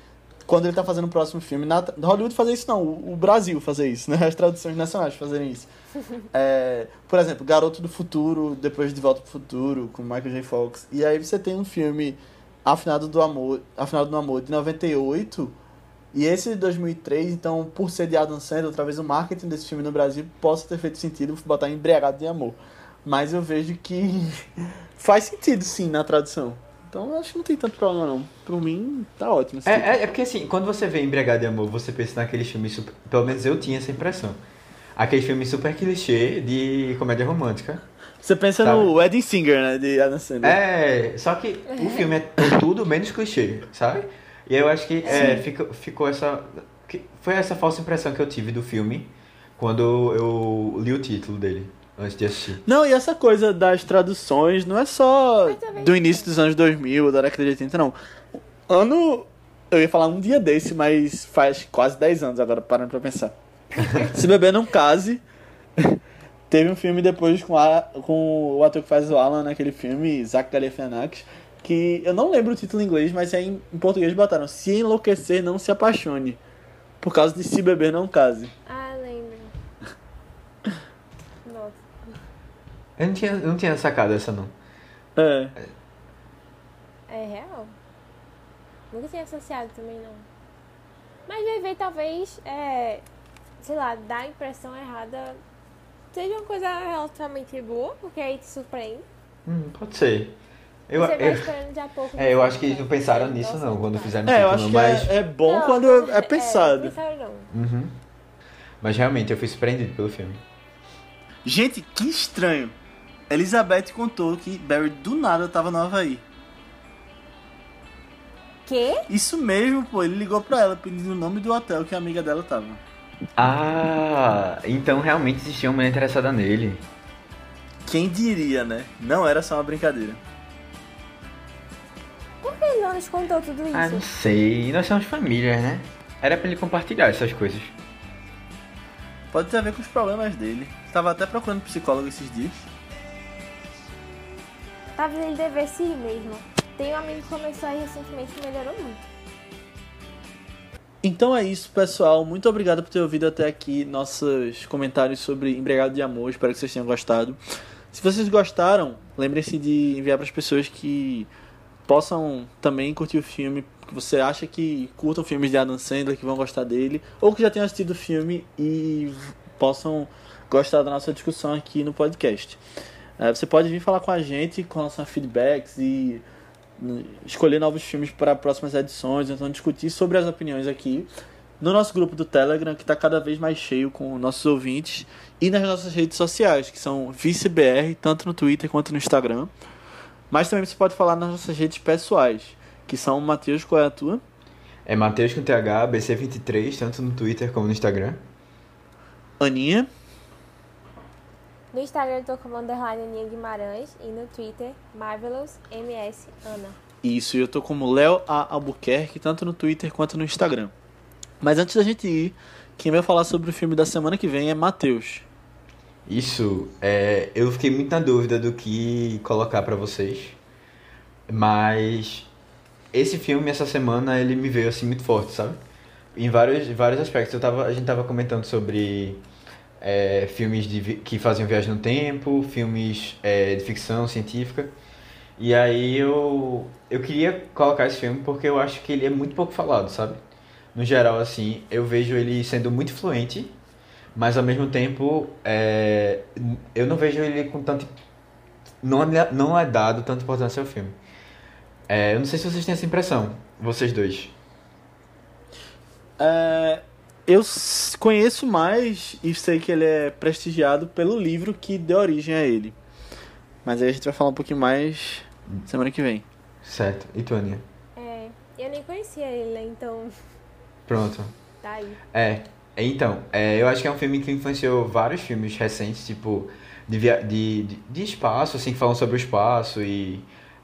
quando ele tá fazendo o próximo filme, Hollywood fazer isso não, o Brasil fazer isso, né? As traduções nacionais fazerem isso. Por exemplo, Garoto do Futuro, depois De Volta pro Futuro, com Michael J. Fox. E aí você tem um filme, Afinado do Amor, de 98, e esse de 2003, então, por ser de Adam Sandler, talvez o marketing desse filme no Brasil possa ter feito sentido botar Embriagado de Amor. Mas eu vejo que faz sentido, sim, na tradução. Então, eu acho que não tem tanto problema, não. Por mim, tá ótimo. É porque assim, quando você vê Embriagado de Amor, você pensa naquele filme super... Pelo menos eu tinha essa impressão. Aquele filme super clichê de comédia romântica. Você pensa sabe? no Wedding Singer, né, de Adam Sandler. Só que o filme é tudo menos clichê, sabe? E aí eu acho que ficou essa... Foi essa falsa impressão que eu tive do filme quando eu li o título dele, antes de assistir. Não, e essa coisa das traduções não é só do início dos anos 2000, da década de 80, não. Eu ia falar um dia desse, mas faz quase 10 anos agora, parando pra pensar. Se Beber Não Case, teve um filme depois com o ator que faz o Alan naquele filme, Zach Galifianakis, que eu não lembro o título em inglês, mas em português botaram Se Enlouquecer, Não Se Apaixone, por causa de Se Beber Não Case. Ah, lembro. Nossa. Eu não tinha sacado essa, não. É real? Nunca tinha associado também, não. Mas vai ver, talvez, sei lá, dar a impressão errada seja uma coisa relativamente boa, porque aí te surpreende. Pode ser. Você vai esperando de a pouco. Eu acho que eles não pensaram nisso, não, quando fizeram o eu título, acho que mas... é bom Não, quando é pensado. Não pensaram, não. Uhum. Mas realmente, eu fui surpreendido pelo filme. Gente, que estranho. Elizabeth contou que Barry do nada tava no Havaí. Quê? Isso mesmo, pô. Ele ligou pra ela pedindo o nome do hotel que a amiga dela tava. Ah, então realmente existia uma mulher interessada nele. Quem diria, né? Não era só uma brincadeira. Por que ele não nos contou tudo isso? Ah, não sei. Nós somos família, né? Era pra ele compartilhar essas coisas. Pode ter a ver com os problemas dele. Tava até procurando psicólogo esses dias. Talvez ele devesse ir mesmo. Tem um amigo que começou aí recentemente e melhorou muito. Então é isso, pessoal. Muito obrigado por ter ouvido até aqui nossos comentários sobre Embriagado de Amor. Espero que vocês tenham gostado. Se vocês gostaram, lembrem-se de enviar para as pessoas que possam também curtir o filme, que você acha que curtam filmes de Adam Sandler, que vão gostar dele, ou que já tenham assistido o filme e possam gostar da nossa discussão aqui no podcast. Você pode vir falar com a gente com nossos feedbacks e escolher novos filmes para próximas edições, então discutir sobre as opiniões aqui no nosso grupo do Telegram, que está cada vez mais cheio com nossos ouvintes, e nas nossas redes sociais, que são ViceBR, tanto no Twitter quanto no Instagram. Mas também você pode falar nas nossas redes pessoais, que são Matheus, qual é a tua? É Matheus com TH, BC23, tanto no Twitter como no Instagram. Aninha? No Instagram eu tô como _Aninha Guimarães e no Twitter, MarvelousMS Ana. Isso, eu tô como Léo A. Albuquerque, tanto no Twitter quanto no Instagram. Mas antes da gente ir, quem vai falar sobre o filme da semana que vem é Matheus. Isso, eu fiquei muito na dúvida do que colocar pra vocês, mas esse filme, essa semana, ele me veio assim muito forte, sabe? Em vários aspectos. A gente tava comentando sobre filmes que faziam viagem no tempo, filmes de ficção científica, e aí eu queria colocar esse filme porque eu acho que ele é muito pouco falado, sabe? No geral, assim, eu vejo ele sendo muito influente, mas ao mesmo tempo eu não vejo ele com tanto... Não é dado tanta importância ao filme. Eu não sei se vocês têm essa impressão, vocês dois. Eu conheço mais e sei que ele é prestigiado pelo livro que deu origem a ele. Mas aí a gente vai falar um pouquinho mais semana que vem. Certo. E tu, Aninha? Eu nem conhecia ele, então Pronto. tá aí. Então, eu acho que é um filme que influenciou vários filmes recentes, tipo, de espaço, assim, que falam sobre o espaço e,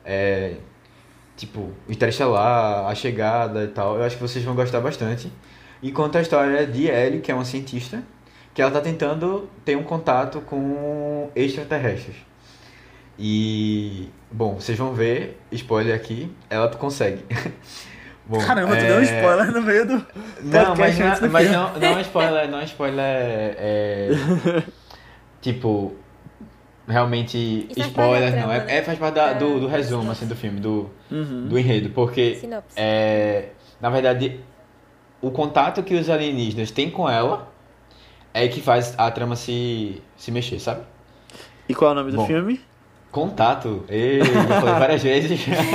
tipo, Interestelar, A Chegada e tal. Eu acho que vocês vão gostar bastante. E conta a história de Ellie, que é uma cientista, que ela tá tentando ter um contato com extraterrestres. E, bom, vocês vão ver, spoiler aqui, ela consegue. Bom, Caramba, tu deu um spoiler no meio do Não, mas, podcast antes do mas filme. não é spoiler, não é spoiler. Tipo, realmente Isso faz spoiler, parte da não. trama, né? Faz parte do resumo, assim, do filme, do Uhum. enredo. Porque, Sinopse. na verdade, o contato que os alienígenas têm com ela é que faz a trama se mexer, sabe? E qual é o nome do Bom. filme? Contato. Já falei várias vezes.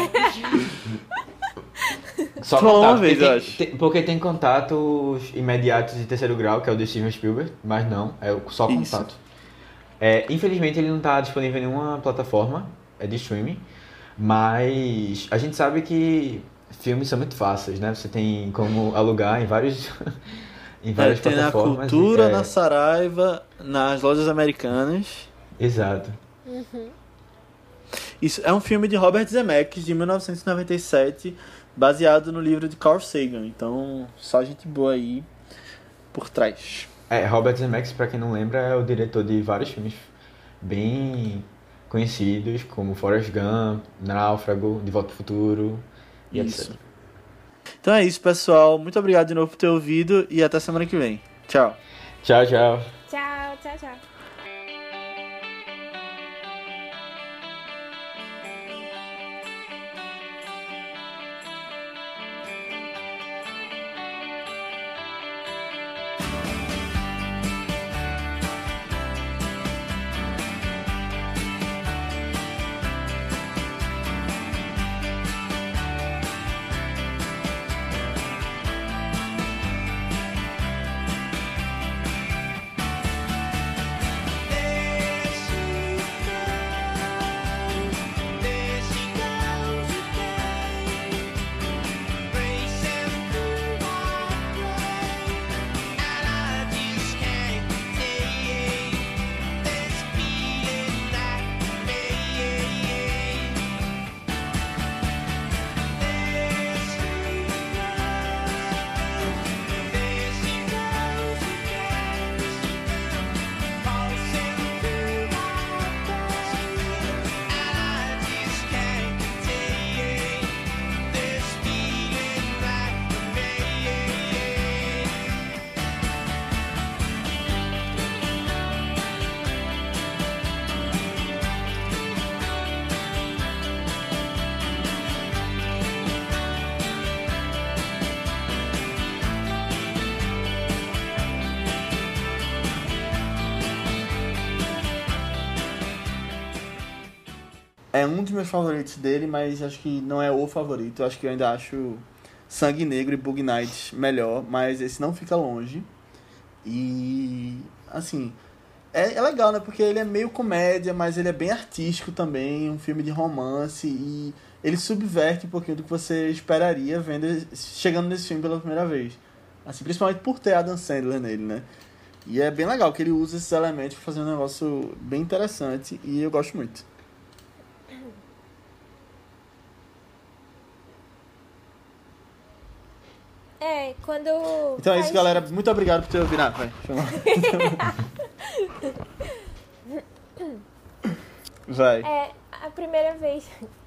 Só Falou contato. uma vez, eu acho. Porque tem contatos imediatos de terceiro grau, que é o de Steven Spielberg, mas não, só Isso. contato. Infelizmente ele não está disponível em nenhuma plataforma de streaming, mas a gente sabe que filmes são muito fáceis, né? Você tem como alugar em vários em várias Tem na plataformas. Cultura, na Saraiva, nas lojas americanas. Exato. Isso é um filme de Robert Zemeckis, de 1997, baseado no livro de Carl Sagan. Então, só gente boa aí por trás. Robert Zemeckis, pra quem não lembra, é o diretor de vários filmes bem conhecidos, como Forrest Gump, Náufrago, De Volta ao Futuro e Isso. etc. Então é isso, pessoal. Muito obrigado de novo por ter ouvido e até semana que vem. Tchau. Tchau, tchau. Tchau, tchau, tchau. É um dos meus favoritos dele, mas acho que não é o favorito. Acho que eu ainda acho Sangue Negro e Bug Night melhor, mas esse não fica longe. E, assim, é legal, né? Porque ele é meio comédia, mas ele é bem artístico também, um filme de romance, e ele subverte um pouquinho do que você esperaria chegando nesse filme pela primeira vez. Assim, principalmente por ter Adam Sandler nele, né? E é bem legal que ele usa esses elementos para fazer um negócio bem interessante, e eu gosto muito. Quando. Então é isso, galera. Muito obrigado por ter ouvido. Vai. Vai. A primeira vez